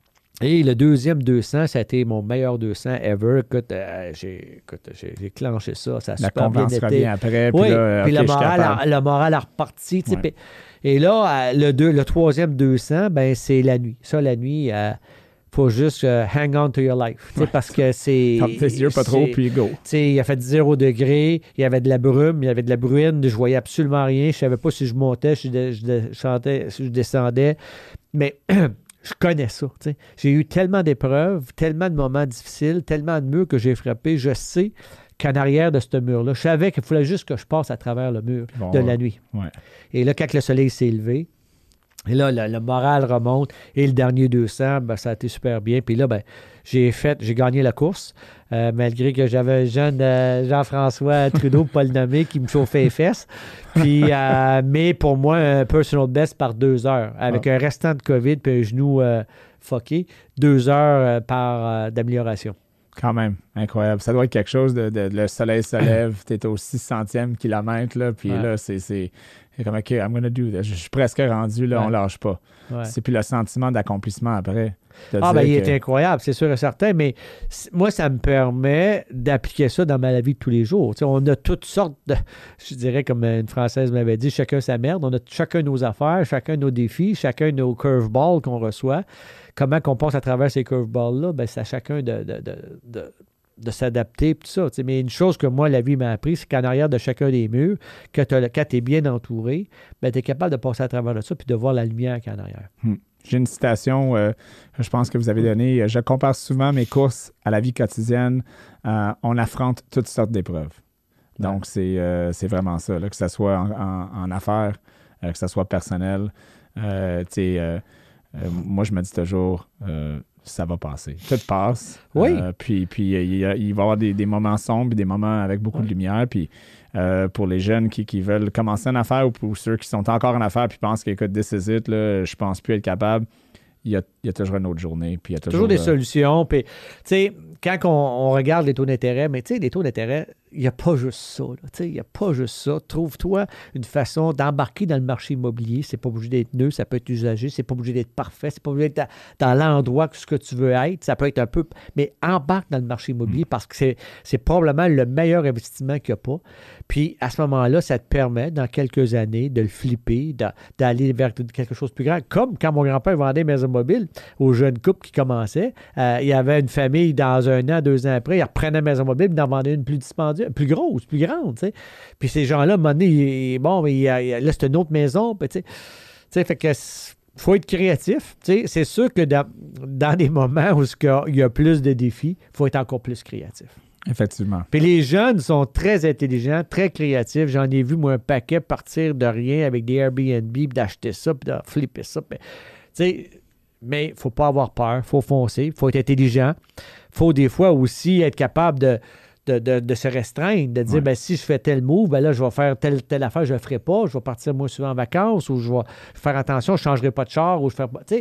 [SPEAKER 2] Et le deuxième deux cents, ça a été mon meilleur deux cents ever. Écoute, euh, j'ai, écoute, j'ai, j'ai clenché ça. Ça a
[SPEAKER 1] La
[SPEAKER 2] super bien été.
[SPEAKER 1] revient après. Puis
[SPEAKER 2] oui,
[SPEAKER 1] là,
[SPEAKER 2] puis
[SPEAKER 1] okay,
[SPEAKER 2] le, moral a, le moral a reparti. Ouais. Puis, et là, le, deux, le troisième deux cents, ben, c'est la nuit. Ça, la nuit, il euh, faut juste uh, hang on to your life. Ouais. Parce que c'est...
[SPEAKER 1] Ferme tes yeux pas trop, puis go.
[SPEAKER 2] Il a fait zéro degré, il y avait de la brume, il y avait de la bruine, je voyais absolument rien. Je ne savais pas si je montais, si je, je, je, chantais, si je descendais. Mais... je connais ça. T'sais. J'ai eu tellement d'épreuves, tellement de moments difficiles, tellement de murs que j'ai frappés. Je sais qu'en arrière de ce mur-là, je savais qu'il fallait juste que je passe à travers le mur bon, de la nuit.
[SPEAKER 1] Ouais.
[SPEAKER 2] Et là, quand le soleil s'est levé, et là, le, le moral remonte. Et le dernier deux cents, ben, ça a été super bien. Puis là, ben, j'ai fait, j'ai gagné la course, euh, malgré que j'avais un jeune euh, Jean-François Trudeau, pas le nommer, qui me chauffait les fesses. Puis, euh, mais pour moi, un personal best par deux heures, avec ah. un restant de COVID puis un genou euh, fucké, deux heures euh, par euh, d'amélioration.
[SPEAKER 1] Quand même, incroyable. Ça doit être quelque chose de, de, de le soleil se lève, tu es au six centième kilomètre, là, puis ouais. là, c'est, c'est, c'est comme, OK, I'm gonna do this. Je suis presque rendu, là, ouais. on lâche pas. Ouais. C'est puis le sentiment d'accomplissement après.
[SPEAKER 2] Ah, bien, il que... est incroyable, c'est sûr et certain, mais moi, ça me permet d'appliquer ça dans ma vie de tous les jours. Tu sais, on a toutes sortes de, je dirais, comme une Française m'avait dit, chacun sa merde. On a chacun nos affaires, chacun nos défis, chacun nos curveballs qu'on reçoit. Comment qu'on passe à travers ces curveballs-là, bien, c'est à chacun de, de, de, de, de s'adapter, tout ça. T'sais. Mais une chose que moi, la vie m'a appris, c'est qu'en arrière de chacun des murs, que quand tu es bien entouré, ben, tu es capable de passer à travers de ça puis de voir la lumière qui est en arrière.
[SPEAKER 1] Hmm. J'ai une citation, euh, je pense que vous avez donnée. Je compare souvent mes courses à la vie quotidienne. Euh, on affronte toutes sortes d'épreuves. Donc, ouais. c'est, euh, c'est vraiment ça, là, que ce soit en, en, en affaires, euh, que ce soit personnel. Euh, tu sais, euh, Euh, moi, je me dis toujours, euh, ça va passer. Tout passe.
[SPEAKER 2] Oui.
[SPEAKER 1] Euh, puis, puis il, il va y avoir des, des moments sombres, des moments avec beaucoup oui. de lumière. Puis, euh, pour les jeunes qui, qui veulent commencer une affaire ou pour ceux qui sont encore en affaire puis pensent qu'écoute, this is it, là, je pense plus être capable, il y a, il y a toujours une autre journée. Puis il y a toujours,
[SPEAKER 2] toujours des
[SPEAKER 1] euh...
[SPEAKER 2] solutions. Puis, tu sais, quand on, on regarde les taux d'intérêt, mais tu sais, les taux d'intérêt, il n'y a pas juste ça. Il n'y a pas juste ça. Trouve-toi une façon d'embarquer dans le marché immobilier. C'est pas obligé d'être neutre, ça peut être usagé, c'est pas obligé d'être parfait, c'est pas obligé d'être dans, dans l'endroit que ce que tu veux être. Ça peut être un peu... Mais embarque dans le marché immobilier parce que c'est, c'est probablement le meilleur investissement qu'il n'y a pas. Puis, à ce moment-là, ça te permet, dans quelques années, de le flipper, de, d'aller vers quelque chose de plus grand. Comme quand mon grand-père vendait mes automobiles aux jeunes couples qui commençaient. Euh, il y avait une famille dans un an, deux ans après, ils reprenaient maison mobile, ils en vendaient une plus dispendieuse, plus grosse, plus grande, tu sais. Puis ces gens-là, à un moment donné, ils, bon, il, il, là, c'est une autre maison, tu sais. Tu sais, fait que faut être créatif. Tu sais, c'est sûr que dans, dans des moments où il y a plus de défis, il faut être encore plus créatif.
[SPEAKER 1] Effectivement.
[SPEAKER 2] Puis les jeunes sont très intelligents, très créatifs. J'en ai vu, moi, un paquet partir de rien avec des Airbnb, puis d'acheter ça, puis de flipper ça. Puis, tu sais, mais il ne faut pas avoir peur, il faut foncer, il faut être intelligent. Il faut des fois aussi être capable de, de, de, de se restreindre, de dire, ouais. ben, si je fais tel move, ben là, je vais faire telle, telle affaire, je ne le ferai pas, je vais partir moins souvent en vacances, ou je vais faire attention, je ne changerai pas de char, ou je ne ferai pas, tu sais.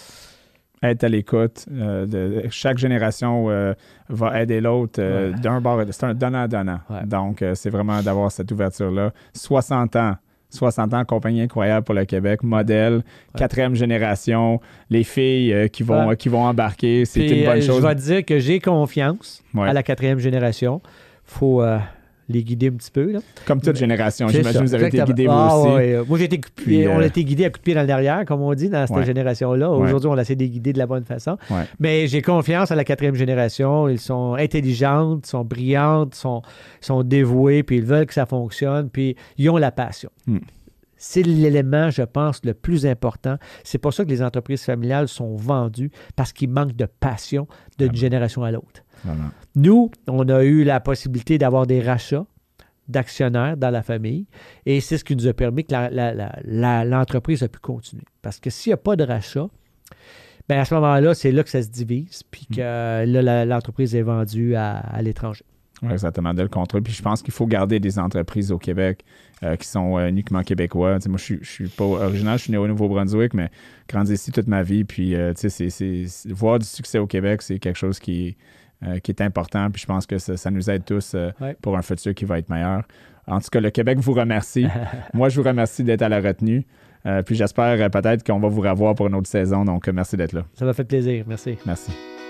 [SPEAKER 1] Être à l'écoute. Euh, de, chaque génération euh, va aider l'autre euh, ouais. d'un bord. C'est un donnant-donnant. Ouais. Donc, euh, c'est vraiment d'avoir cette ouverture-là. soixante ans. soixante ans, compagnie incroyable pour le Québec, modèle, ouais. quatrième génération, les filles euh, qui, vont, ouais. qui vont embarquer, c'est Puis, une bonne euh, chose.
[SPEAKER 2] Je vais te dire que j'ai confiance ouais. à la quatrième génération. Il faut euh, les guider un petit peu. Là.
[SPEAKER 1] Comme toute génération, c'est j'imagine que vous avez été guidés
[SPEAKER 2] ah,
[SPEAKER 1] vous aussi.
[SPEAKER 2] Ouais. Moi, j'ai été Puis, on a été guidés à coup de pied dans le derrière, comme on dit, dans cette ouais. génération-là. Aujourd'hui, ouais. on essaie de les guider de la bonne façon.
[SPEAKER 1] Ouais.
[SPEAKER 2] Mais j'ai confiance à la quatrième génération. Ils sont intelligentes, sont brillantes, sont, sont dévouées, puis ils veulent que ça fonctionne, puis ils ont la passion. Hmm. C'est l'élément, je pense, le plus important. C'est pour ça que les entreprises familiales sont vendues, parce qu'il manque de passion d'une Vraiment. génération à l'autre. Vraiment. Nous, on a eu la possibilité d'avoir des rachats d'actionnaires dans la famille, et c'est ce qui nous a permis que la, la, la, la, l'entreprise a pu continuer. Parce que s'il n'y a pas de rachat, bien à ce moment-là, c'est là que ça se divise, puis que mmh. là, la, l'entreprise est vendue à, à l'étranger.
[SPEAKER 1] Oui, exactement, de le contrôle. Puis je pense qu'il faut garder des entreprises au Québec euh, qui sont euh, uniquement québécois. T'sais, moi, je ne suis pas original, je suis né au Nouveau-Brunswick, mais grandi ici toute ma vie. Puis, euh, c'est, c'est, c'est, voir du succès au Québec, c'est quelque chose qui, euh, qui est important. Puis je pense que ça, ça nous aide tous euh, ouais. pour un futur qui va être meilleur. En tout cas, le Québec vous remercie. Moi, je vous remercie d'être à la retenue. Euh, puis j'espère euh, peut-être qu'on va vous revoir pour une autre saison. Donc, euh, merci d'être là.
[SPEAKER 2] Ça m'a fait plaisir. Merci.
[SPEAKER 1] Merci.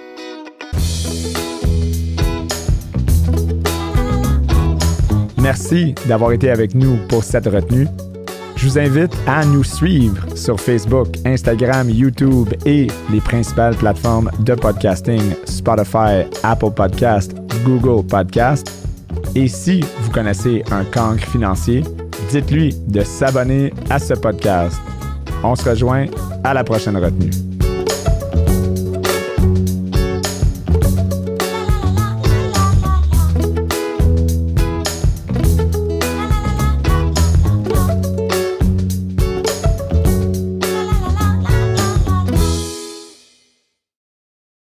[SPEAKER 1] Merci d'avoir été avec nous pour cette retenue. Je vous invite à nous suivre sur Facebook, Instagram, YouTube et les principales plateformes de podcasting, Spotify, Apple Podcast, Google Podcast. Et si vous connaissez un cancre financier, dites-lui de s'abonner à ce podcast. On se rejoint à la prochaine retenue.